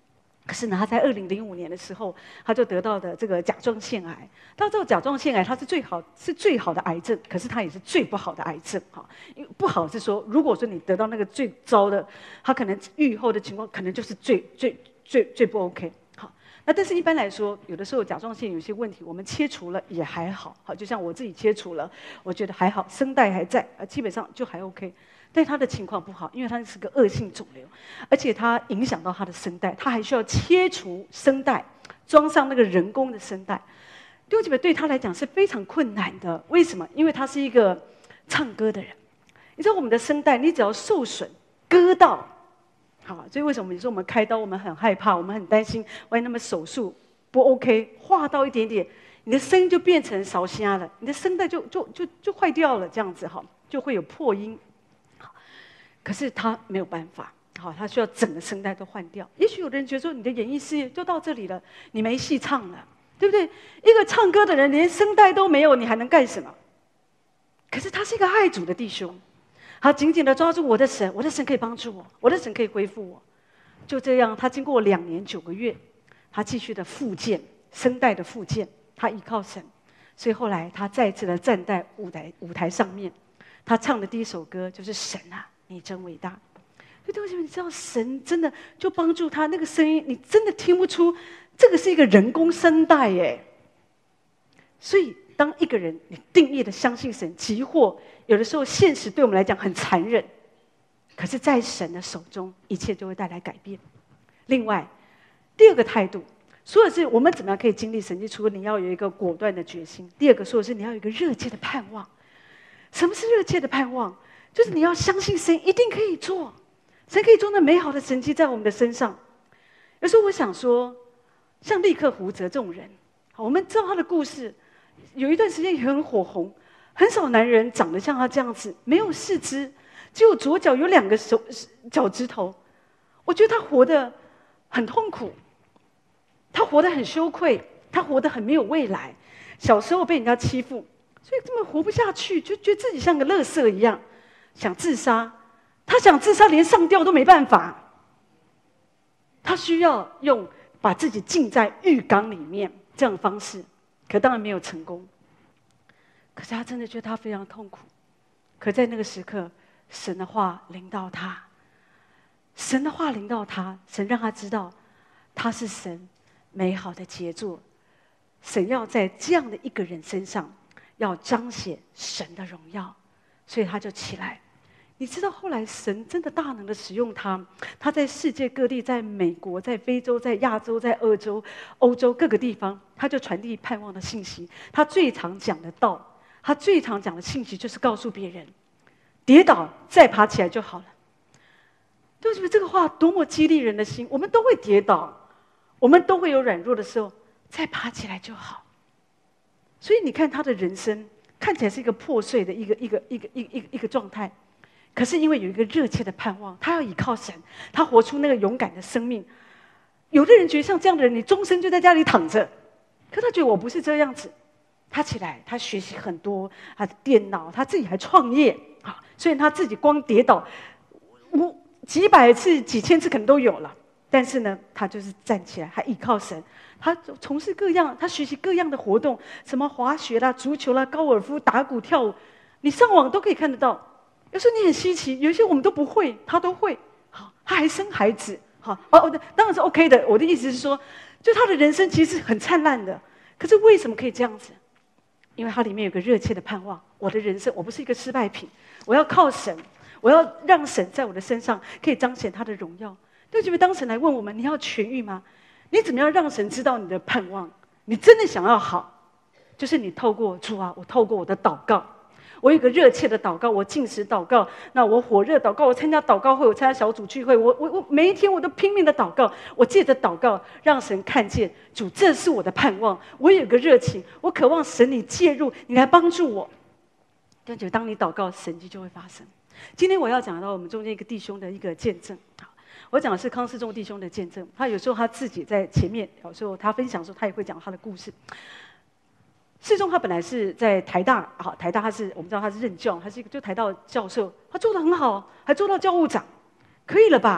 可是呢，他在二零零五年的时候，他就得到的这个甲状腺癌。到这个甲状腺癌，它是最好是最好的癌症，可是它也是最不好的癌症哈。因为不好是说，如果说你得到那个最糟的，它可能预后的情况可能就是最最最最不 OK。好，那但是一般来说，有的时候甲状腺有些问题，我们切除了也还好。好，就像我自己切除了，我觉得还好，声带还在，呃，基本上就还 OK。但他的情况不好，因为他是个恶性肿瘤，而且它影响到他的声带，他还需要切除声带，装上那个人工的声带。弟兄姐妹，对他来讲是非常困难的。为什么？因为他是一个唱歌的人。你知道我们的声带，你只要受损、割到，好，所以为什么你说我们开刀，我们很害怕，我们很担心，万一那么手术不 OK， 划到一点点，你的声音就变成烧瞎了，你的声带就就就就坏掉了，这样子哈，就会有破音。可是他没有办法，好，他需要整个声带都换掉。也许有的人觉得说，你的演艺事业就到这里了，你没戏唱了，对不对？一个唱歌的人连声带都没有，你还能干什么？可是他是一个爱主的弟兄，他紧紧的抓住我的神，我的神可以帮助我，我的神可以恢复我。就这样，他经过两年九个月，他继续的复健声带的复健，他依靠神，所以后来他再次的站在舞台舞台上面，他唱的第一首歌就是《神啊，你真伟大》。所以弟兄姐妹，你知道神真的就帮助他，那个声音你真的听不出这个是一个人工声带耶。所以当一个人你定义的相信神，即或有的时候现实对我们来讲很残忍，可是在神的手中一切就会带来改变。另外第二个态度说的是我们怎么样可以经历神迹，除了你要有一个果断的决心，第二个说的是你要有一个热切的盼望。什么是热切的盼望？就是你要相信神一定可以做，神可以做那美好的神迹在我们的身上。有时候我想说，像利克胡泽这种人，我们知道他的故事，有一段时间也很火红，很少男人长得像他这样子，没有四肢，只有左脚有两个手脚趾头。我觉得他活得很痛苦，他活得很羞愧，他活得很没有未来。小时候被人家欺负，所以根本活不下去，就觉得自己像个垃圾一样。想自杀，他想自杀连上吊都没办法，他需要用把自己浸在浴缸里面这样的方式，可当然没有成功。可是他真的觉得他非常痛苦。可在那个时刻，神的话临到他，神的话临到他，神让他知道他是神美好的杰作，神要在这样的一个人身上要彰显神的荣耀，所以他就起来。你知道后来神真的大能的使用他，他在世界各地，在美国，在非洲，在亚洲，在欧洲欧洲各个地方，他就传递盼望的信息。他最常讲的道，他最常讲的信息就是告诉别人，跌倒再爬起来就好了。对不对？这个话多么激励人的心！我们都会跌倒，我们都会有软弱的时候，再爬起来就好。所以你看他的人生看起来是一个破碎的一个一个一个一个一个一个状态，可是因为有一个热切的盼望，他要依靠神，他活出那个勇敢的生命。有的人觉得像这样的人，你终身就在家里躺着，可他觉得我不是这样子。他起来，他学习很多，他的电脑，他自己还创业啊。虽然他自己光跌倒，无几百次、几千次可能都有了，但是呢，他就是站起来，还依靠神。他从事各样，他学习各样的活动，什么滑雪啦、足球啦、高尔夫、打鼓、跳舞，你上网都可以看得到。有时候你很稀奇，有一些我们都不会，他都会。好，他还生孩子，好哦，当然是 OK 的。我的意思是说，就他的人生其实是很灿烂的。可是为什么可以这样子？因为它里面有个热切的盼望。我的人生，我不是一个失败品，我要靠神，我要让神在我的身上可以彰显他的荣耀。对不对？当神来问我们，你要痊愈吗？你怎么样让神知道你的盼望？你真的想要好，就是你透过主啊，我透过我的祷告。我有一个热切的祷告，我禁食祷告，那我火热祷告，我参加祷告会，我参加小组聚会，我我我每一天我都拼命的祷告，我借着祷告让神看见主，这是我的盼望。我有个热情，我渴望神你介入，你来帮助我。感觉当你祷告，神迹就会发生。今天我要讲到我们中间一个弟兄的一个见证。我讲的是康世忠弟兄的见证。他有时候他自己在前面，有时候他分享的时候，他也会讲他的故事。世忠他本来是在台大，好，台大他是我们知道他是任教，他是一个就台大教授，他做得很好，还做到教务长，可以了吧？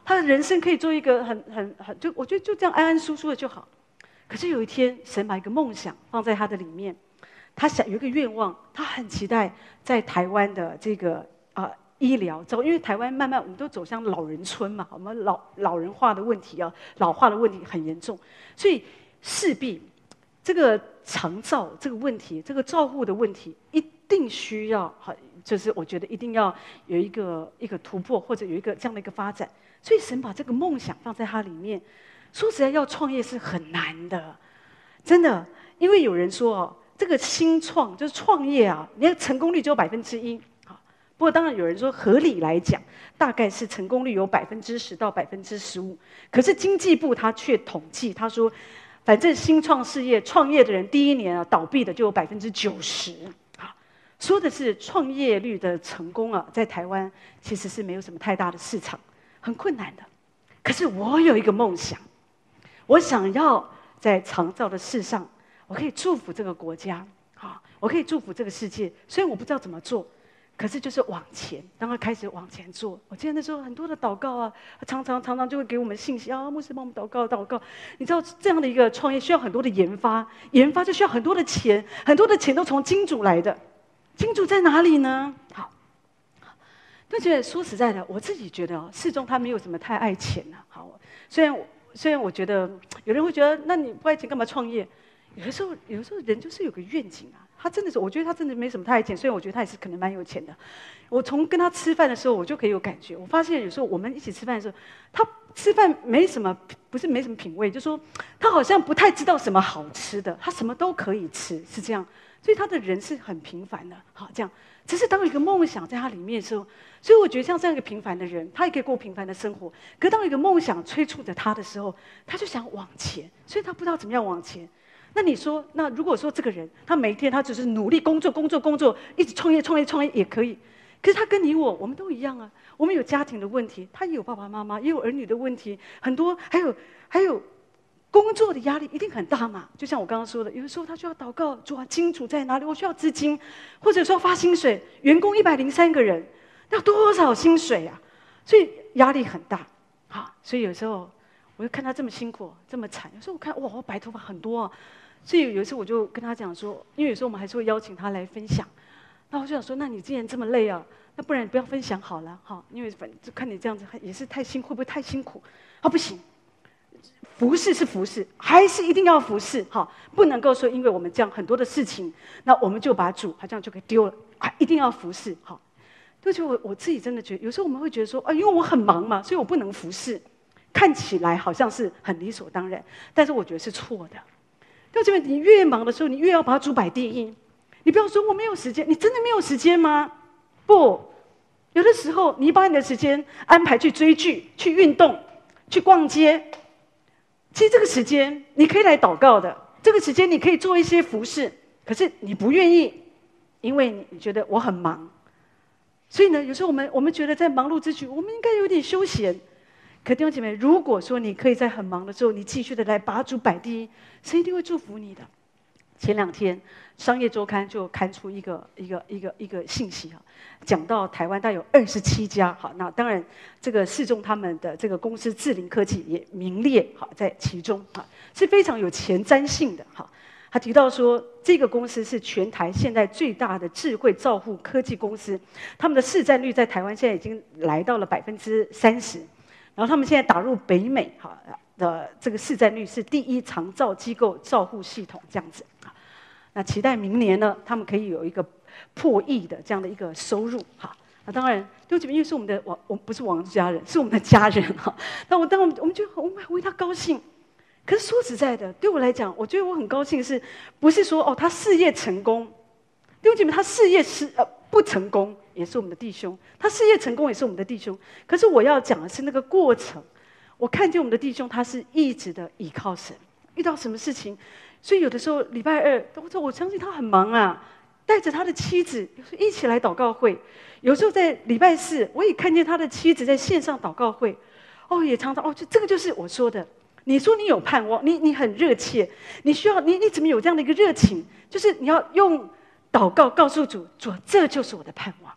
他的人生可以做一个很很很就我觉得就这样安安舒舒的就好。可是有一天，神把一个梦想放在他的里面，他想有一个愿望，他很期待在台湾的这个啊、呃、医疗走，因为台湾慢慢我们都走向老人村嘛，我们老老人化的问题啊，老化的问题很严重，所以势必这个长照这个问题，这个照护的问题，一定需要好，就是我觉得一定要有一个一个突破，或者有一个这样的一个发展。所以神把这个梦想放在他里面。说实在，要创业是很难的，真的，因为有人说哦，这个新创就是创业啊，你的成功率只有百分之一。好，不过当然有人说，合理来讲，大概是成功率有百分之十到百分之十五。可是经济部他却统计，他说，反正新创事业创业的人第一年啊倒闭的就有百分之九十。好，说的是创业率的成功啊，在台湾其实是没有什么太大的市场，很困难的。可是我有一个梦想。我想要在长照的事上，我可以祝福这个国家，啊，我可以祝福这个世界。虽然我不知道怎么做，可是就是往前，当他开始往前做。我记得那时候很多的祷告啊，常常常常就会给我们信息啊，牧师帮我们祷告祷告。你知道这样的一个创业需要很多的研发，研发就需要很多的钱，很多的钱都从金主来的。金主在哪里呢？好，但觉得说实在的，我自己觉得哦，世宗他没有什么太爱钱啊。好，虽然我。虽然我觉得有人会觉得，那你不爱钱干嘛创业？有的时候，有的时候人就是有个愿景啊。他真的是，我觉得他真的没什么太爱钱，虽然我觉得他也是可能蛮有钱的。我从跟他吃饭的时候，我就可以有感觉。我发现有时候我们一起吃饭的时候，他吃饭没什么，不是没什么品味，就说他好像不太知道什么好吃的，他什么都可以吃，是这样。所以他的人是很平凡的，好这样。只是当有一个梦想在他里面的时候，所以我觉得像这样一个平凡的人，他也可以过平凡的生活。可是当有一个梦想催促着他的时候，他就想往前，所以他不知道怎么样往前。那你说，那如果说这个人他每一天他只是努力工作、工作、工作，一直创业、创业、创业也可以。可是他跟你我，我们都一样啊。我们有家庭的问题，他也有爸爸妈妈，也有儿女的问题，很多，还有还有。工作的压力一定很大嘛，就像我刚刚说的，有的时候他需要祷告，主啊，金主在哪里？我需要资金，或者说发薪水，员工一百零三个人，要多少薪水啊？所以压力很大，好，所以有时候我就看他这么辛苦，这么惨，有时候我看哇，我白头发很多啊，所以有一次我就跟他讲说，因为有时候我们还是会邀请他来分享，那我就想说，那你既然这么累啊，那不然你不要分享好了，哈，因为反正看你这样子也是太辛苦，会不会太辛苦？啊，不行。服侍是服侍，还是一定要服侍？哈，不能够说因为我们这样很多的事情，那我们就把主好像就给丢了啊！一定要服侍，哈。而且我我自己真的觉得，有时候我们会觉得说，啊，因为我很忙嘛，所以我不能服侍，看起来好像是很理所当然，但是我觉得是错的。就这边，你越忙的时候，你越要把主摆第一。你不要说我没有时间，你真的没有时间吗？不，有的时候你把你的时间安排去追剧、去运动、去逛街。其实这个时间你可以来祷告的，这个时间你可以做一些服事，可是你不愿意，因为你觉得我很忙，所以呢，有时候我们我们觉得在忙碌之余，我们应该有点休闲。可弟兄姐妹，如果说你可以在很忙的时候，你继续的来把主摆第一，神一定会祝福你的。前两天《商业周刊》就刊出一个一个一个一个信息啊，讲到台湾大概有二十七家，好，那当然这个世众他们的这个公司智灵科技也名列好在其中啊，是非常有前瞻性的哈。他提到说，这个公司是全台现在最大的智慧照护科技公司，他们的市占率在台湾现在已经来到了百分之三十，然后他们现在打入北美哈的这个市占率是第一长照机构照护系统这样子。那期待明年呢，他们可以有一个破亿的这样的一个收入哈。那当然，弟兄姐妹，因为是我们的王，我们不是王家人，是我们的家人哈。那我当我们我们就我们为他高兴。可是说实在的，对我来讲，我觉得我很高兴，是不是说哦他事业成功？弟兄姐妹，他事业是呃不成功也是我们的弟兄，他事业成功也是我们的弟兄。可是我要讲的是那个过程，我看见我们的弟兄，他是一直的倚靠神，遇到什么事情。所以有的时候礼拜二，我说我相信他很忙啊，带着他的妻子，有时候一起来祷告会。有时候在礼拜四，我也看见他的妻子在线上祷告会。哦，也常常哦，就这个就是我说的。你说你有盼望，你你很热切，你需要你你怎么有这样的一个热情？就是你要用祷告告诉主，主，这就是我的盼望。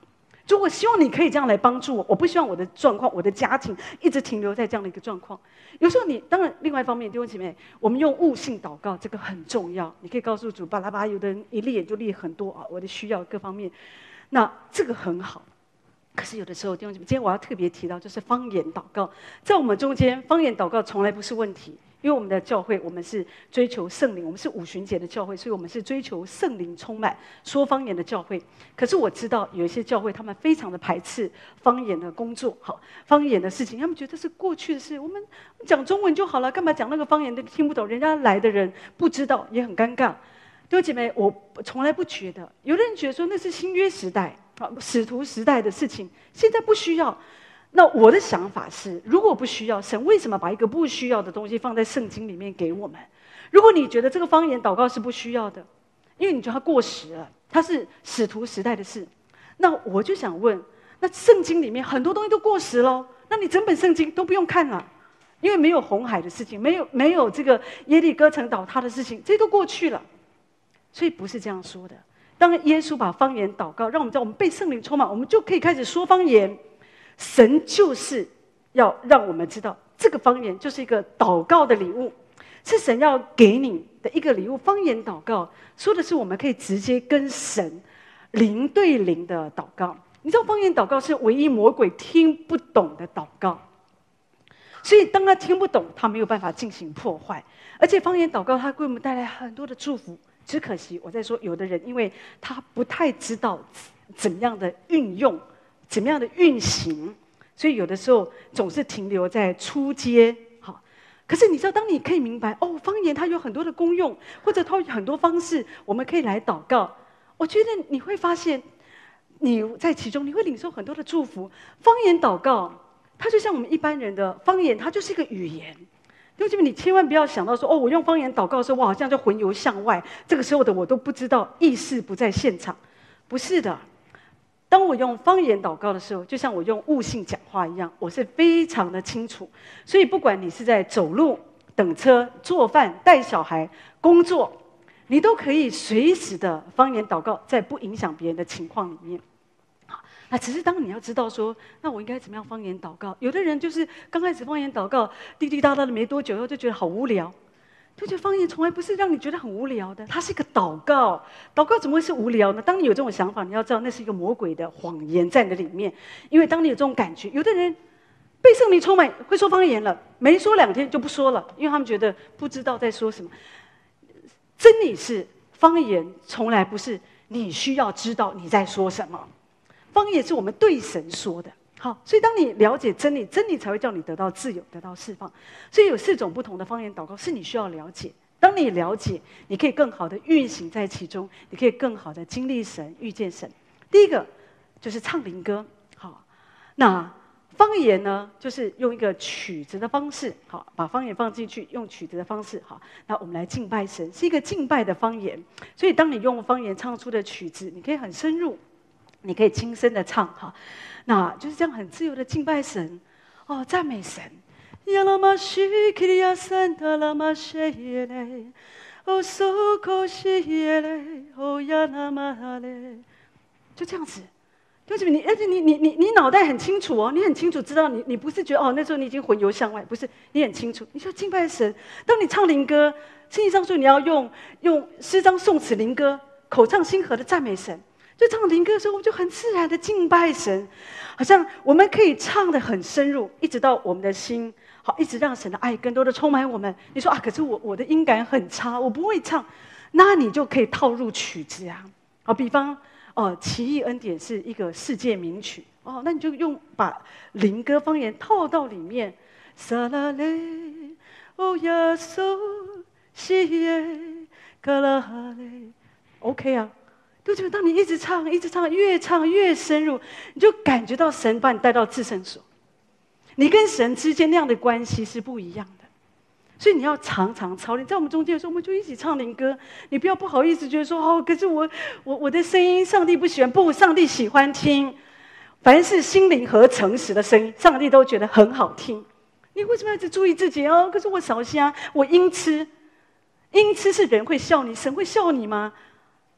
主，我希望你可以这样来帮助我，我不希望我的状况、我的家庭一直停留在这样的一个状况。有时候你当然，另外一方面，弟兄姐妹，我们用悟性祷告，这个很重要。你可以告诉主，巴拉巴拉，有的人一列就列很多啊，我的需要各方面，那这个很好。可是有的时候，弟兄姐妹，今天我要特别提到，就是方言祷告，在我们中间，方言祷告从来不是问题。因为我们的教会，我们是追求圣灵，我们是五旬节的教会，所以我们是追求圣灵充满、说方言的教会。可是我知道有一些教会，他们非常的排斥方言的工作，好，方言的事情，他们觉得是过去的事，我们讲中文就好了，干嘛讲那个方言都听不懂？人家来的人不知道，也很尴尬。弟兄姐妹，我从来不觉得，有的人觉得说那是新约时代、好使徒时代的事情，现在不需要。那我的想法是，如果不需要，神为什么把一个不需要的东西放在圣经里面给我们？如果你觉得这个方言祷告是不需要的，因为你觉得它过时了，它是使徒时代的事，那我就想问，那圣经里面很多东西都过时了，那你整本圣经都不用看了，因为没有红海的事情，没有没有这个耶利哥城倒塌的事情，这些都过去了。所以不是这样说的。当耶稣把方言祷告，让我们知道我们被圣灵充满，我们就可以开始说方言。神就是要让我们知道，这个方言就是一个祷告的礼物，是神要给你的一个礼物。方言祷告说的是我们可以直接跟神灵对灵的祷告。你知道方言祷告是唯一魔鬼听不懂的祷告，所以当他听不懂，他没有办法进行破坏。而且方言祷告它给我们带来很多的祝福，只可惜我在说有的人因为他不太知道怎么样的运用，怎么样的运行，所以有的时候总是停留在初阶。好，可是你知道，当你可以明白哦，方言它有很多的功用，或者它有很多方式，我们可以来祷告。我觉得你会发现，你在其中你会领受很多的祝福。方言祷告，它就像我们一般人的方言，它就是一个语言。弟兄姐妹，你千万不要想到说哦，我用方言祷告的时候，我好像就魂游向外，这个时候的我都不知道，意识不在现场。不是的。当我用方言祷告的时候，就像我用悟性讲话一样，我是非常的清楚。所以不管你是在走路、等车、做饭、带小孩、工作，你都可以随时的方言祷告，在不影响别人的情况里面。那只是当你要知道说，那我应该怎么样方言祷告？有的人就是刚开始方言祷告，滴滴答答的没多久，后就觉得好无聊。就觉得方言从来不是让你觉得很无聊的，它是一个祷告。祷告怎么会是无聊呢？当你有这种想法，你要知道那是一个魔鬼的谎言在你的里面。因为当你有这种感觉，有的人被圣灵充满会说方言了，没说两天就不说了，因为他们觉得不知道在说什么。真理是，方言从来不是你需要知道你在说什么，方言是我们对神说的。好，所以当你了解真理，真理才会叫你得到自由，得到释放。所以有四种不同的方言祷告是你需要了解。当你了解，你可以更好的运行在其中，你可以更好的经历神、遇见神。第一个就是唱灵歌。好，那方言呢，就是用一个曲子的方式，好，把方言放进去，用曲子的方式，好，那我们来敬拜神，是一个敬拜的方言。所以当你用方言唱出的曲子，你可以很深入。你可以轻声的唱哈，那就是这样很自由的敬拜神，哦，赞美神。呀啦嘛西基里亚山达啦嘛谢耶嘞，哦苏口西耶嘞，哦呀啦嘛嘞，就这样子。弟兄姐妹，你而且你你你你脑袋很清楚哦，你很清楚知道你你不是觉得哦那时候你已经魂游向外，不是，你很清楚，你说敬拜神。当你唱灵歌，圣经上说你要用用诗章、颂词、灵歌，口唱心和的赞美神。就唱灵歌的时候，我们就很自然的敬拜神，好像我们可以唱得很深入，一直到我们的心，好，一直让神的爱更多的充满我们。你说啊，可是我我的音感很差，我不会唱，那你就可以套入曲子啊。好，比方哦，奇异恩典是一个世界名曲哦，那你就用把灵歌方言套到里面，撒拉嘞，哦耶稣，西耶，卡拉哈嘞 ，OK 啊。就觉得当你一直唱一直唱，越唱越深入，你就感觉到神把你带到至圣所，你跟神之间那样的关系是不一样的。所以你要常常操练。在我们中间的时候，我们就一起唱灵歌，你不要不好意思觉得说哦，可是我我我的声音上帝不喜欢，不，上帝喜欢听，凡是心灵和诚实的声音，上帝都觉得很好听。你为什么要一直注意自己哦？可是我烧香，我音痴，音痴是人会笑你，神会笑你吗？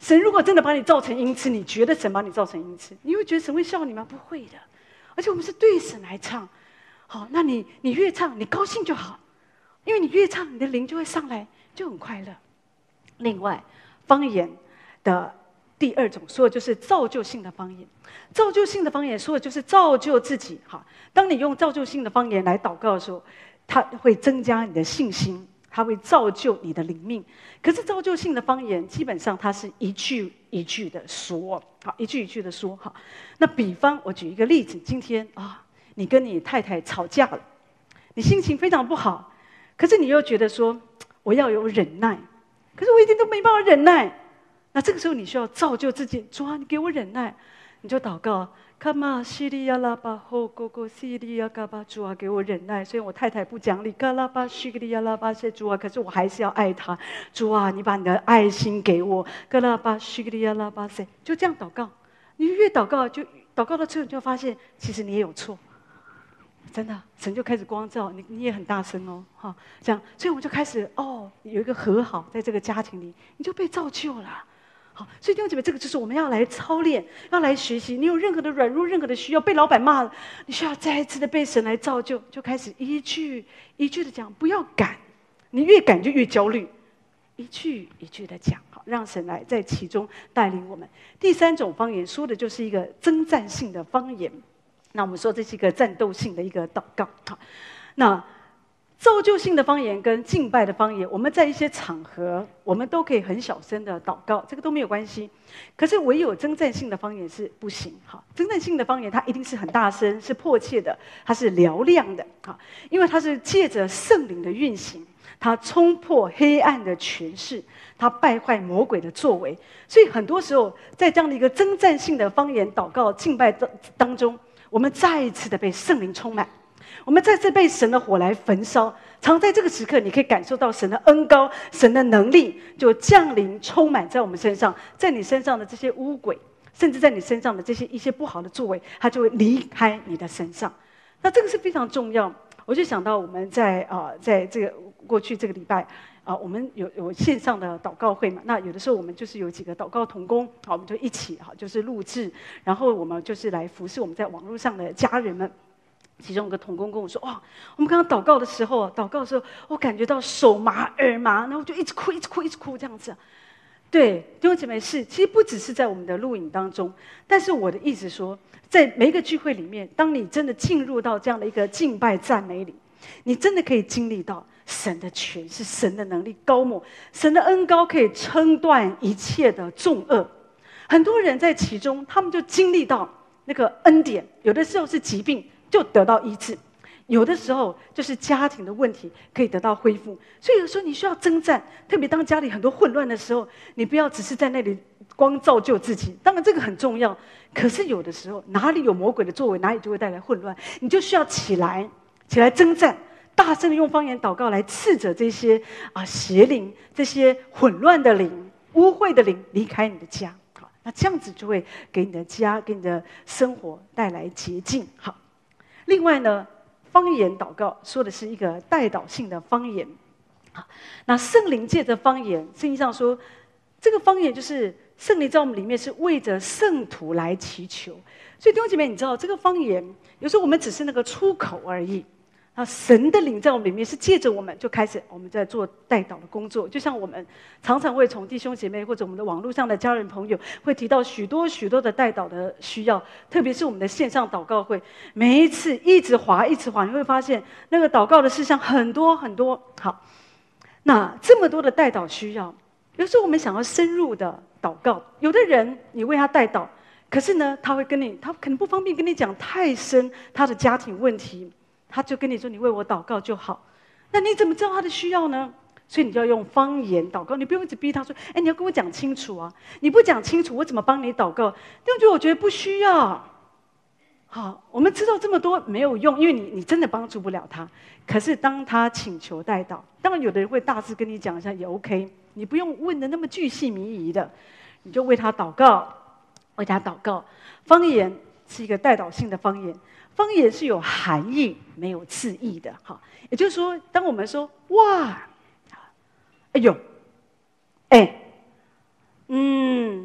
神如果真的把你造成音痴，你觉得神把你造成音痴，你会觉得神会笑你吗？不会的。而且我们是对神来唱，好，那你你越唱，你高兴就好，因为你越唱，你的灵就会上来，就很快乐。另外，方言的第二种说的就是造就性的方言。造就性的方言说的就是造就自己。哈，当你用造就性的方言来祷告的时候，它会增加你的信心，它会造就你的灵命。可是造就性的方言基本上它是一句一句的说，好，一句一句的说。哈，那比方我举一个例子，今天啊，你跟你太太吵架了，你心情非常不好，可是你又觉得说我要有忍耐，可是我一点都没办法忍耐。那这个时候你需要造就自己，主啊，你给我忍耐，你就祷告，卡玛西利亚拉巴吼哥哥西利亚嘎巴，主啊，给我忍耐。虽然我太太不讲理，嘎拉巴西利亚拉巴谢主啊，可是我还是要爱她。主啊，你把你的爱心给我，嘎拉巴西利亚拉巴塞，就这样祷告。你越祷告，就祷告到最后，你就发现其实你也有错。真的，神就开始光照你，你也很大声哦，哈，这样，所以我们就开始哦，有一个和好在这个家庭里，你就被造就了。好，所以弟兄姐妹，这个就是我们要来操练，要来学习。你有任何的软弱、任何的需要，被老板骂了，你需要再一次的被神来造就，就开始一句一句的讲，不要赶，你越赶就越焦虑，一句一句的讲，好，让神来在其中带领我们。第三种方言说的就是一个征战性的方言。那我们说这是一个战斗性的一个祷告。好，那造就性的方言跟敬拜的方言，我们在一些场合，我们都可以很小声的祷告，这个都没有关系。可是唯有征战性的方言是不行。好，征战性的方言它一定是很大声，是迫切的，它是嘹亮的。好，因为它是借着圣灵的运行，它冲破黑暗的权势，它败坏魔鬼的作为。所以很多时候，在这样的一个征战性的方言祷告敬拜当中，我们再一次的被圣灵充满，我们再次被神的火来焚烧。常在这个时刻，你可以感受到神的恩膏、神的能力就降临充满在我们身上，在你身上的这些污鬼，甚至在你身上的这些一些不好的作为，它就会离开你的身上。那这个是非常重要。我就想到我们在啊、呃，在这个过去这个礼拜啊、呃，我们有有线上的祷告会嘛。那有的时候我们就是有几个祷告同工，好，我们就一起哈，就是录制，然后我们就是来服侍我们在网络上的家人们。其中有个同工跟我说：“哇，我们刚刚祷告的时候，祷告的时候，我感觉到手麻、耳麻，然后就一直哭、一直哭、一直哭这样子。”对，弟兄姐妹是，其实不只是在我们的录影当中，但是我的意思说，在每一个聚会里面，当你真的进入到这样的一个敬拜赞美里，你真的可以经历到神的权势、神的能力高莫，神的恩膏可以撑断一切的重恶。很多人在其中，他们就经历到那个恩典，有的时候是疾病就得到医治，有的时候就是家庭的问题可以得到恢复。所以有时候你需要征战，特别当家里很多混乱的时候，你不要只是在那里光造就自己，当然这个很重要。可是有的时候哪里有魔鬼的作为，哪里就会带来混乱，你就需要起来起来征战，大声的用方言祷告来斥责这些啊邪灵，这些混乱的灵、污秽的灵离开你的家。好，那这样子就会给你的家、给你的生活带来洁净。好。另外呢，方言祷告说的是一个代祷性的方言。好，那圣灵借着方言，圣经上说，这个方言就是圣灵在我们里面是为着圣徒来祈求。所以弟兄姐妹，你知道这个方言，有时候我们只是那个出口而已。那神的灵在我们里面是借着我们就开始我们在做代祷的工作。就像我们常常会从弟兄姐妹或者我们的网络上的家人朋友会提到许多许多的代祷的需要，特别是我们的线上祷告会，每一次一直滑一直滑，你会发现那个祷告的事项很多很多。好，那这么多的代祷需要，有时候我们想要深入的祷告，有的人你为他代祷，可是呢他会跟你，他可能不方便跟你讲太深他的家庭问题，他就跟你说：“你为我祷告就好。”那你怎么知道他的需要呢？所以你就要用方言祷告，你不用一直逼他说：“哎，你要跟我讲清楚啊！你不讲清楚，我怎么帮你祷告？”但是我觉得不需要。好，我们知道这么多没有用，因为你你真的帮助不了他。可是当他请求代祷，当然有的人会大致跟你讲一下也 OK， 你不用问的那么巨细靡遗的，你就为他祷告，为他祷告。方言是一个代祷性的方言。方言是有含义没有字义的，哈，也就是说，当我们说哇，哎呦，哎，嗯，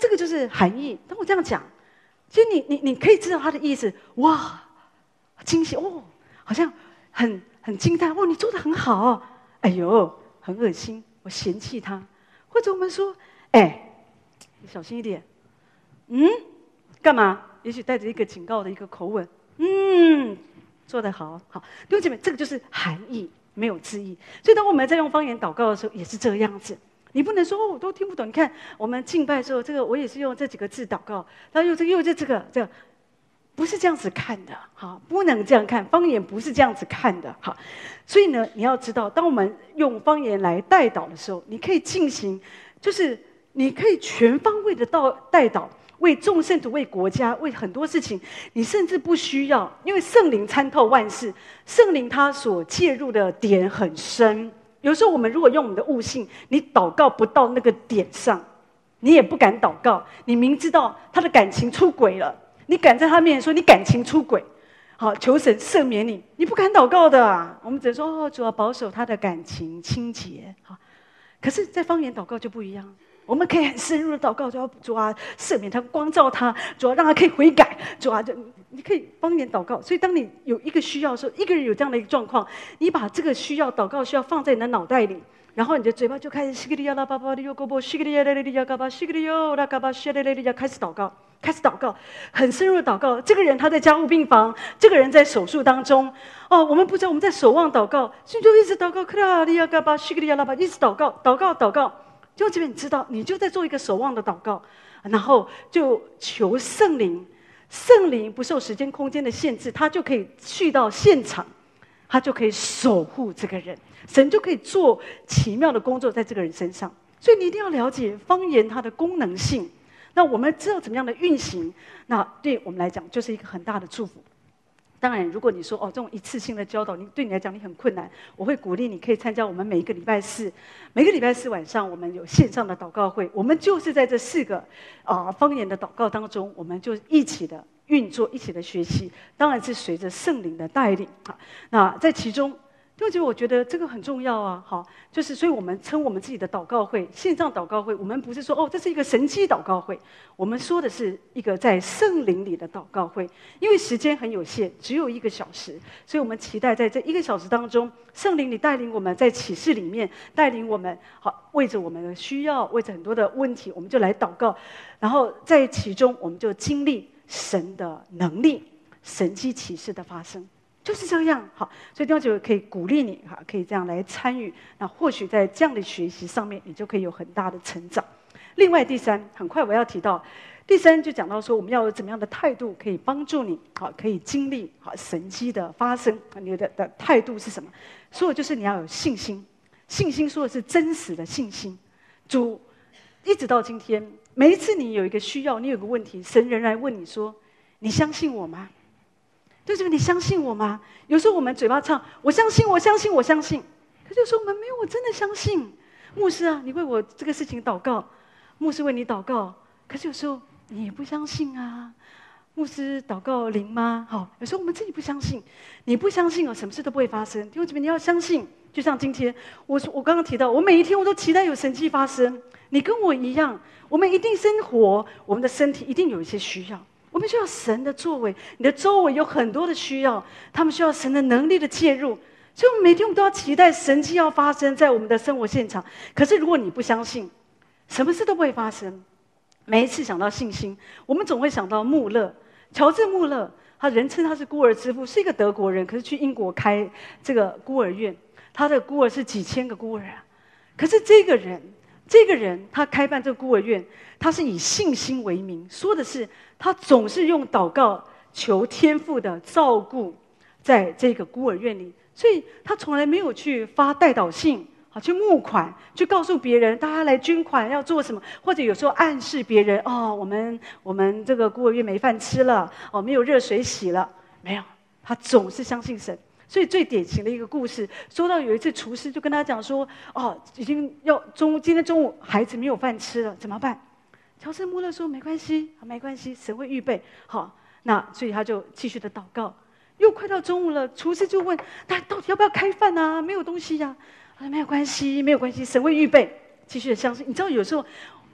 这个就是含义。当我这样讲，其实你你你可以知道他的意思，哇，惊喜哦，好像很很惊叹哦，你做得很好哦，哎呦，很恶心，我嫌弃他。或者我们说，哎，你小心一点，嗯，干嘛？也许带着一个警告的一个口吻，嗯，做得好，好，弟兄姐妹，这个就是含义，没有字义。所以当我们在用方言祷告的时候，也是这个样子。你不能说哦，我都听不懂。你看我们敬拜的时候，这个我也是用这几个字祷告，然后又这个又这这个这个，不是这样子看的，哈，不能这样看。方言不是这样子看的，哈。所以呢，你要知道，当我们用方言来代祷的时候，你可以进行，就是你可以全方位的到代祷。为众圣徒、为国家、为很多事情，你甚至不需要，因为圣灵参透万事，圣灵他所介入的点很深。有时候我们如果用我们的悟性，你祷告不到那个点上，你也不敢祷告。你明知道他的感情出轨了，你敢在他面前说你感情出轨，好，求神赦免你，你不敢祷告的啊。我们只能说哦，主要保守他的感情清洁。好，可是，在方言祷告就不一样。我们可以很深入的祷告，主要主啊赦免他，光照他，主要让他可以悔改，主啊就你可以方言祷告。所以当你有一个需要的时候，一个人有这样的一个状况，你把这个需要祷告需要放在你的脑袋里，然后你的嘴巴就开始西格利亚拉巴巴利尤戈波西格利亚拉利亚嘎巴西格利亚拉嘎巴西格利亚开始祷告，开始祷告，很深入的祷告。这个人他在加护病房，这个人在手术当中，哦，我们不知道我们在守望祷告，所以就一直祷告，克拉利亚嘎巴西格利亚拉巴，一直祷告，祷告，祷告。就这边你知道，你就在做一个守望的祷告，然后就求圣灵，圣灵不受时间空间的限制，他就可以去到现场，他就可以守护这个人，神就可以做奇妙的工作在这个人身上。所以你一定要了解方言它的功能性。那我们知道怎么样的运行，那对我们来讲就是一个很大的祝福。当然，如果你说哦，这种一次性的教导，你对你来讲你很困难，我会鼓励你可以参加我们每一个礼拜四，每个礼拜四晚上我们有线上的祷告会，我们就是在这四个啊、呃、方言的祷告当中，我们就一起的运作，一起的学习，当然是随着圣灵的带领啊。那在其中。因为我觉得这个很重要啊，好，就是所以我们称我们自己的祷告会、线上祷告会，我们不是说哦，这是一个神迹祷告会，我们说的是一个在圣灵里的祷告会。因为时间很有限，只有一个小时，所以我们期待在这一个小时当中，圣灵里带领我们，在启示里面带领我们，好，为着我们的需要，为着很多的问题，我们就来祷告，然后在其中我们就经历神的能力、神迹启示的发生。就是这样，好，所以弟兄姐妹可以鼓励你，哈，可以这样来参与。那或许在这样的学习上面，你就可以有很大的成长。另外，第三，很快我要提到，第三就讲到说，我们要有怎么样的态度可以帮助你，好，可以经历好神迹的发生。你的的态度是什么？说的就是你要有信心。信心说的是真实的信心。主一直到今天，每一次你有一个需要，你有个问题，神仍然问你说：“你相信我吗？”就是你相信我吗？有时候我们嘴巴唱我相信我相信我相信，可是有时候我们没有我真的相信。牧师啊，你为我这个事情祷告，牧师为你祷告，可是有时候你也不相信啊。牧师祷告灵吗？好，有时候我们自己不相信，你不相信哦，什么事都不会发生。弟兄姊妹，你要相信。就像今天，我我刚刚提到，我每一天我都期待有神迹发生。你跟我一样，我们一定生活，我们的身体一定有一些需要。我们需要神的作为，你的周围有很多的需要，他们需要神的能力的介入，所以我们每天我们都要期待神迹要发生在我们的生活现场。可是如果你不相信，什么事都不会发生。每一次想到信心，我们总会想到穆勒，乔治穆勒，他人称他是孤儿之父，是一个德国人，可是去英国开这个孤儿院，他的孤儿是几千个孤儿啊。可是这个人。这个人他开办这个孤儿院，他是以信心为名，说的是他总是用祷告求天父的照顾，在这个孤儿院里，所以他从来没有去发代祷信，好去募款，去告诉别人大家来捐款要做什么，或者有时候暗示别人哦，我们我们这个孤儿院没饭吃了，哦没有热水洗了，没有，他总是相信神。所以最典型的一个故事，说到有一次厨师就跟他讲说：“哦，已经要中今天中午孩子没有饭吃了，怎么办？”乔治穆勒说：“没关系，没关系，神会预备好。”那所以他就继续的祷告。又快到中午了，厨师就问：“那到底要不要开饭啊？没有东西呀、啊。”他说：“没有关系，没有关系，神会预备。”继续的相信。你知道有时候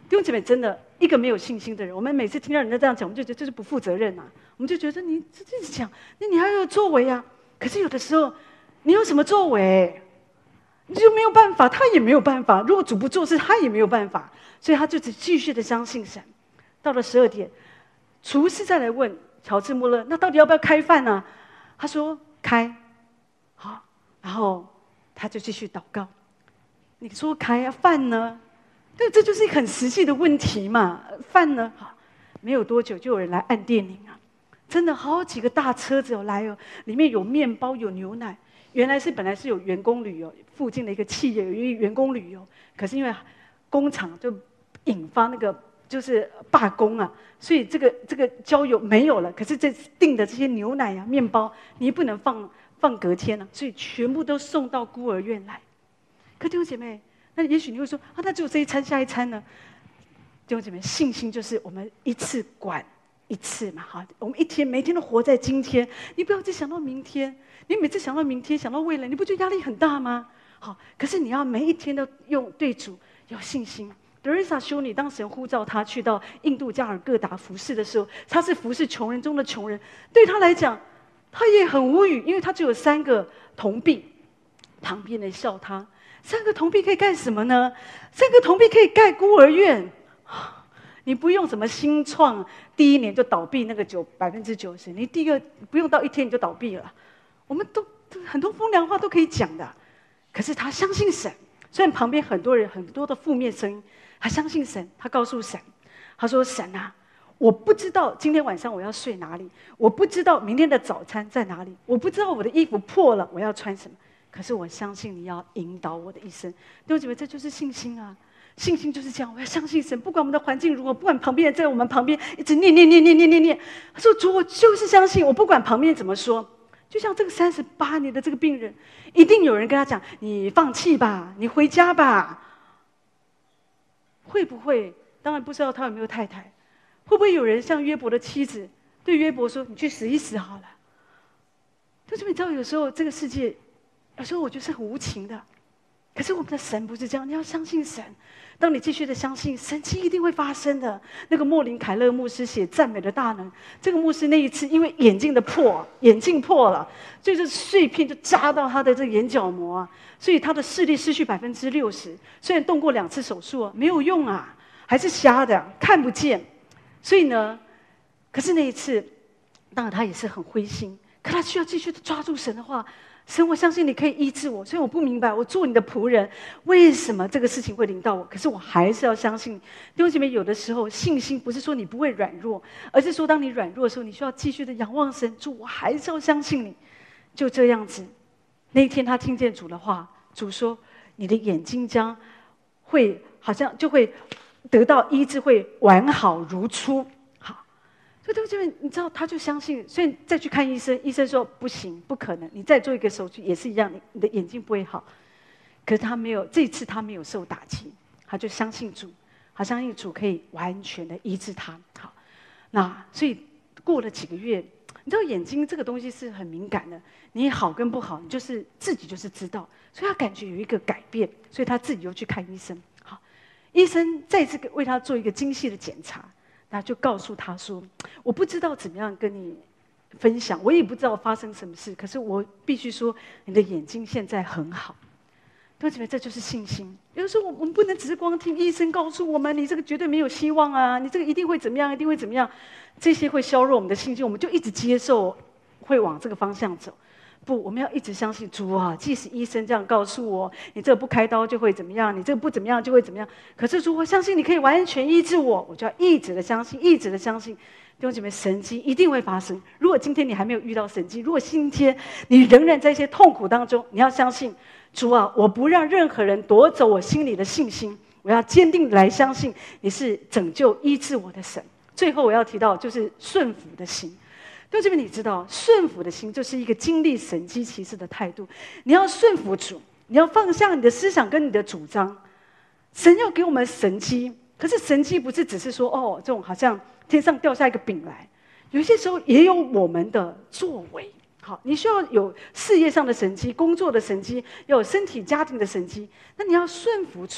弟兄姐妹，真的一个没有信心的人，我们每次听到人家这样讲，我们就觉得这是不负责任啊，我们就觉得你这这样讲，那你还要有作为啊。可是有的时候，你有什么作为，你就没有办法，他也没有办法。如果主不做事，他也没有办法，所以他就只继续的相信神。到了十二点，厨师再来问乔治穆勒，那到底要不要开饭呢？他说开，好，然后他就继续祷告。你说开啊，饭呢？对，这就是一个很实际的问题嘛。饭呢？好，没有多久就有人来按电铃啊，真的好几个大车子有来哦，里面有面包，有牛奶。原来是本来是有员工旅游，附近的一个企业有一个员工旅游，可是因为工厂就引发那个就是罢工啊，所以这个这个郊游没有了。可是这订的这些牛奶啊、面包，你不能放放隔天啊，所以全部都送到孤儿院来。可弟兄姐妹。那也许你会说啊，那只有这一餐，下一餐呢？弟兄姐妹，信心就是我们一次管一次嘛，好，我们一天每天都活在今天，你不要再想到明天。你每次想到明天，想到未来，你不觉得压力很大吗？好，可是你要每一天都用对主有信心。德瑞莎修女当神呼召她去到印度加尔各答服侍的时候，她是服侍穷人中的穷人，对她来讲，她也很无语，因为她只有三个铜币，旁边人笑她。三个铜币可以干什么呢？三个铜币可以盖孤儿院，你不用什么新创，第一年就倒闭那个九百分之九十，你第一个不用到一天你就倒闭了。我们都很多风凉话都可以讲的，可是他相信神，虽然旁边很多人很多的负面声音，他相信神，他告诉神，他说：“神啊，我不知道今天晚上我要睡哪里，我不知道明天的早餐在哪里，我不知道我的衣服破了我要穿什么。”可是我相信你要引导我的一生，弟兄姐妹，这就是信心啊！信心就是这样，我要相信神，不管我们的环境如何，不管旁边人在我们旁边一直念念念念念念念，他说：“主，我就是相信，我不管旁边怎么说。”就像这个三十八年的这个病人，一定有人跟他讲：“你放弃吧，你回家吧。”会不会？当然不知道他有没有太太，会不会有人像约伯的妻子对约伯说：“你去死一死好了。”弟兄姐妹，你知道有时候这个世界。有时候我觉得是很无情的，可是我们的神不是这样。你要相信神，当你继续的相信，神迹一定会发生的。那个莫林凯勒牧师写《赞美的大能》，这个牧师那一次因为眼镜的破，眼镜破了，所以这碎片就扎到他的这个眼角膜啊，所以他的视力失去百分之六十。虽然动过两次手术，没有用啊，还是瞎的，看不见。所以呢，可是那一次，当然他也是很灰心，可他需要继续的抓住神的话。神，我相信你可以医治我，所以我不明白，我做你的仆人，为什么这个事情会临到我？可是我还是要相信你。弟兄姐妹，有的时候信心不是说你不会软弱，而是说当你软弱的时候，你需要继续的仰望神。主，我还是要相信你。就这样子，那一天他听见主的话，主说：“你的眼睛将会好像就会得到医治，会完好如初。”所以弟兄姐妹，你知道，他就相信，所以再去看医生，医生说不行，不可能，你再做一个手术也是一样，你你的眼睛不会好。可是他没有，这一次他没有受打击，他就相信主，他相信主可以完全的医治他。好，那所以过了几个月，你知道眼睛这个东西是很敏感的，你好跟不好，你就是自己就是知道，所以他感觉有一个改变，所以他自己又去看医生。好，医生再次为他做一个精细的检查。那就告诉他说：“我不知道怎么样跟你分享，我也不知道发生什么事，可是我必须说，你的眼睛现在很好。”弟兄姐妹，这就是信心。有的时候我们不能只是光听医生告诉我们，你这个绝对没有希望啊，你这个一定会怎么样，一定会怎么样，这些会削弱我们的信心，我们就一直接受，会往这个方向走。不，我们要一直相信主啊！即使医生这样告诉我，你这个不开刀就会怎么样，你这个不怎么样就会怎么样。可是主，我相信你可以完全医治我，我就要一直的相信，一直的相信。弟兄姐妹，神迹一定会发生。如果今天你还没有遇到神迹，如果今天你仍然在一些痛苦当中，你要相信主啊！我不让任何人夺走我心里的信心，我要坚定来相信你是拯救医治我的神。最后我要提到就是顺服的心。弟兄姐妹，你知道顺服的心就是一个经历神迹奇事的态度。你要顺服主，你要放下你的思想跟你的主张。神要给我们神迹，可是神迹不是只是说哦，这种好像天上掉下一个饼来，有些时候也有我们的作为。好，你需要有事业上的神迹，工作的神迹，要有身体家庭的神迹。那你要顺服主。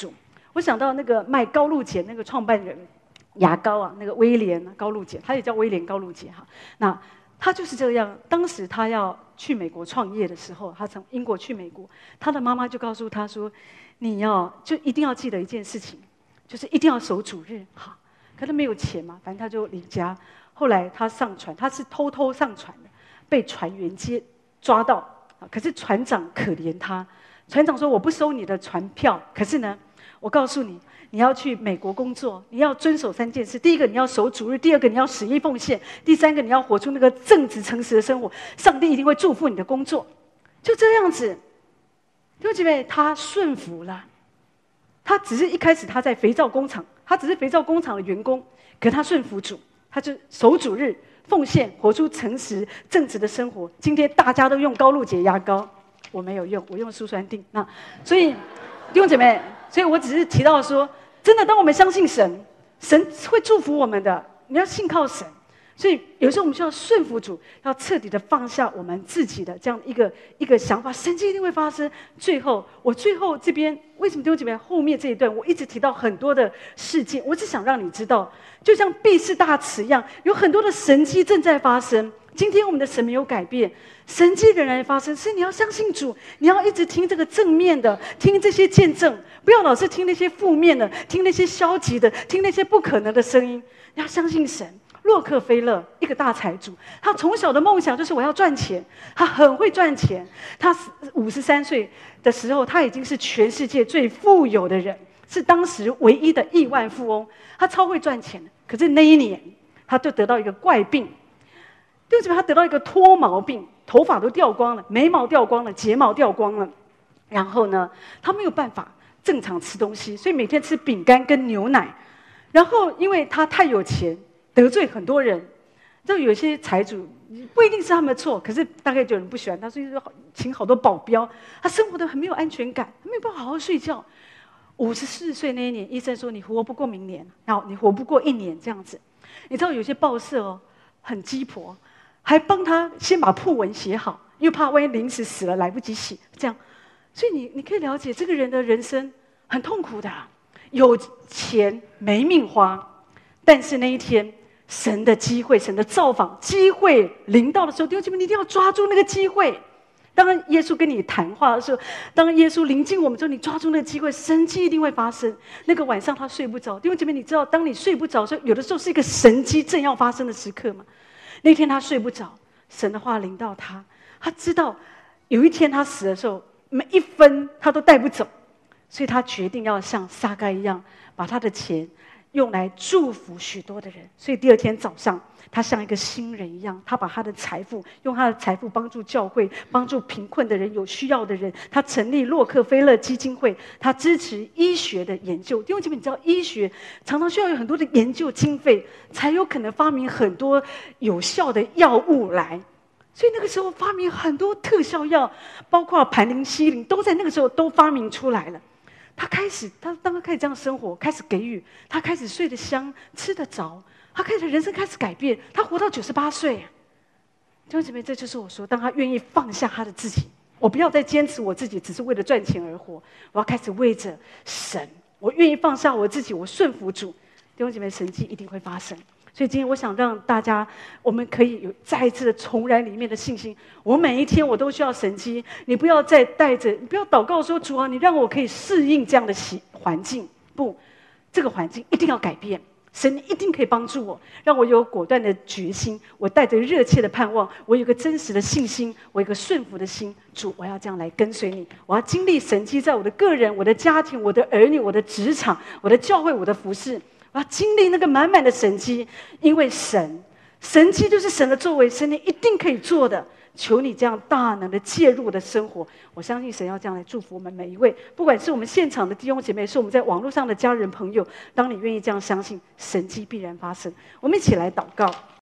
我想到那个卖高露洁那个创办人，牙膏啊，那个威廉高露洁，他也叫威廉高露洁哈。那他就是这样，当时他要去美国创业的时候，他从英国去美国，他的妈妈就告诉他说：“你要就一定要记得一件事情，就是一定要守主日。”哈，可他没有钱嘛，反正他就离家。后来他上船，他是偷偷上船的，被船员接抓到。可是船长可怜他，船长说：“我不收你的船票，可是呢，我告诉你，你要去美国工作，你要遵守三件事：第一个，你要守主日；第二个，你要使义奉献；第三个，你要活出那个正直诚实的生活。上帝一定会祝福你的工作。”就这样子，弟兄姐妹，他顺服了。他只是一开始他在肥皂工厂，他只是肥皂工厂的员工，可他顺服主，他就守主日。奉献，活出诚实正直的生活。今天大家都用高露洁牙膏，我没有用，我用舒酸定。那所以弟兄姐妹，所以我只是提到说，真的，当我们相信神，神会祝福我们的。你要信靠神，所以有时候我们需要顺服主，要彻底的放下我们自己的这样一个一个想法，神迹一定会发生。最后，我最后这边为什么弟兄姐妹后面这一段，我一直提到很多的事件，我只想让你知道。就像毕士大池一样，有很多的神迹正在发生。今天我们的神没有改变，神迹仍然发生。是你要相信主，你要一直听这个正面的，听这些见证，不要老是听那些负面的，听那些消极的，听那些不可能的声音。你要相信神。洛克菲勒一个大财主，他从小的梦想就是我要赚钱，他很会赚钱。他五十三岁的时候，他已经是全世界最富有的人。是当时唯一的亿万富翁，他超会赚钱的。可是那一年，他就得到一个怪病，对不起，他得到一个脱毛病，头发都掉光了，眉毛掉光了，睫毛掉光了。然后呢，他没有办法正常吃东西，所以每天吃饼干跟牛奶。然后因为他太有钱，得罪很多人，就有些财主不一定是他们的错，可是大概有人不喜欢他，所以说请好多保镖。他生活得很没有安全感，他没有办法好好睡觉。五十四岁那一年，医生说你活不过明年，然后你活不过一年这样子。你知道有些报社哦，很鸡婆，还帮他先把讣文写好，因为怕万一临时死了来不及写，这样。所以你你可以了解这个人的人生很痛苦的、啊，有钱没命花。但是那一天，神的机会，神的造访机会临到的时候，弟兄姐妹，你一定要抓住那个机会。当耶稣跟你谈话的时候，当耶稣临近我们之后，你抓住那个机会，神迹一定会发生。那个晚上他睡不着，弟兄姐妹，你知道，当你睡不着的时候，有的时候是一个神迹正要发生的时刻吗？那天他睡不着，神的话临到他，他知道有一天他死的时候，每一分他都带不走，所以他决定要像撒该一样，把他的钱用来祝福许多的人。所以第二天早上，他像一个新人一样，他把他的财富用他的财富帮助教会，帮助贫困的人，有需要的人。他成立洛克菲勒基金会，他支持医学的研究。弟兄姐妹，你知道医学常常需要有很多的研究经费，才有可能发明很多有效的药物来。所以那个时候发明很多特效药，包括盘林西林，都在那个时候都发明出来了。他开始，他当他开始这样生活，开始给予，他开始睡得香，吃得着。他开始人生开始改变，他活到九十八岁。弟兄姐妹，这就是我说，当他愿意放下他的自己，我不要再坚持我自己，只是为了赚钱而活，我要开始为着神，我愿意放下我自己，我顺服主。弟兄姐妹，神迹一定会发生。所以今天我想让大家，我们可以有再一次的重燃里面的信心。我每一天我都需要神迹，你不要再带着，你不要祷告说主啊，你让我可以适应这样的环境，不，这个环境一定要改变。神一定可以帮助我，让我有果断的决心，我带着热切的盼望，我有个真实的信心，我有个顺服的心。主，我要这样来跟随你，我要经历神迹，在我的个人、我的家庭、我的儿女、我的职场、我的教会、我的服事，我要经历那个满满的神迹。因为神，神迹就是神的作为，神你一定可以做的。求你这样大能的介入我的生活，我相信神要这样来祝福我们每一位，不管是我们现场的弟兄姐妹，是我们在网络上的家人朋友。当你愿意这样相信，神迹必然发生。我们一起来祷告。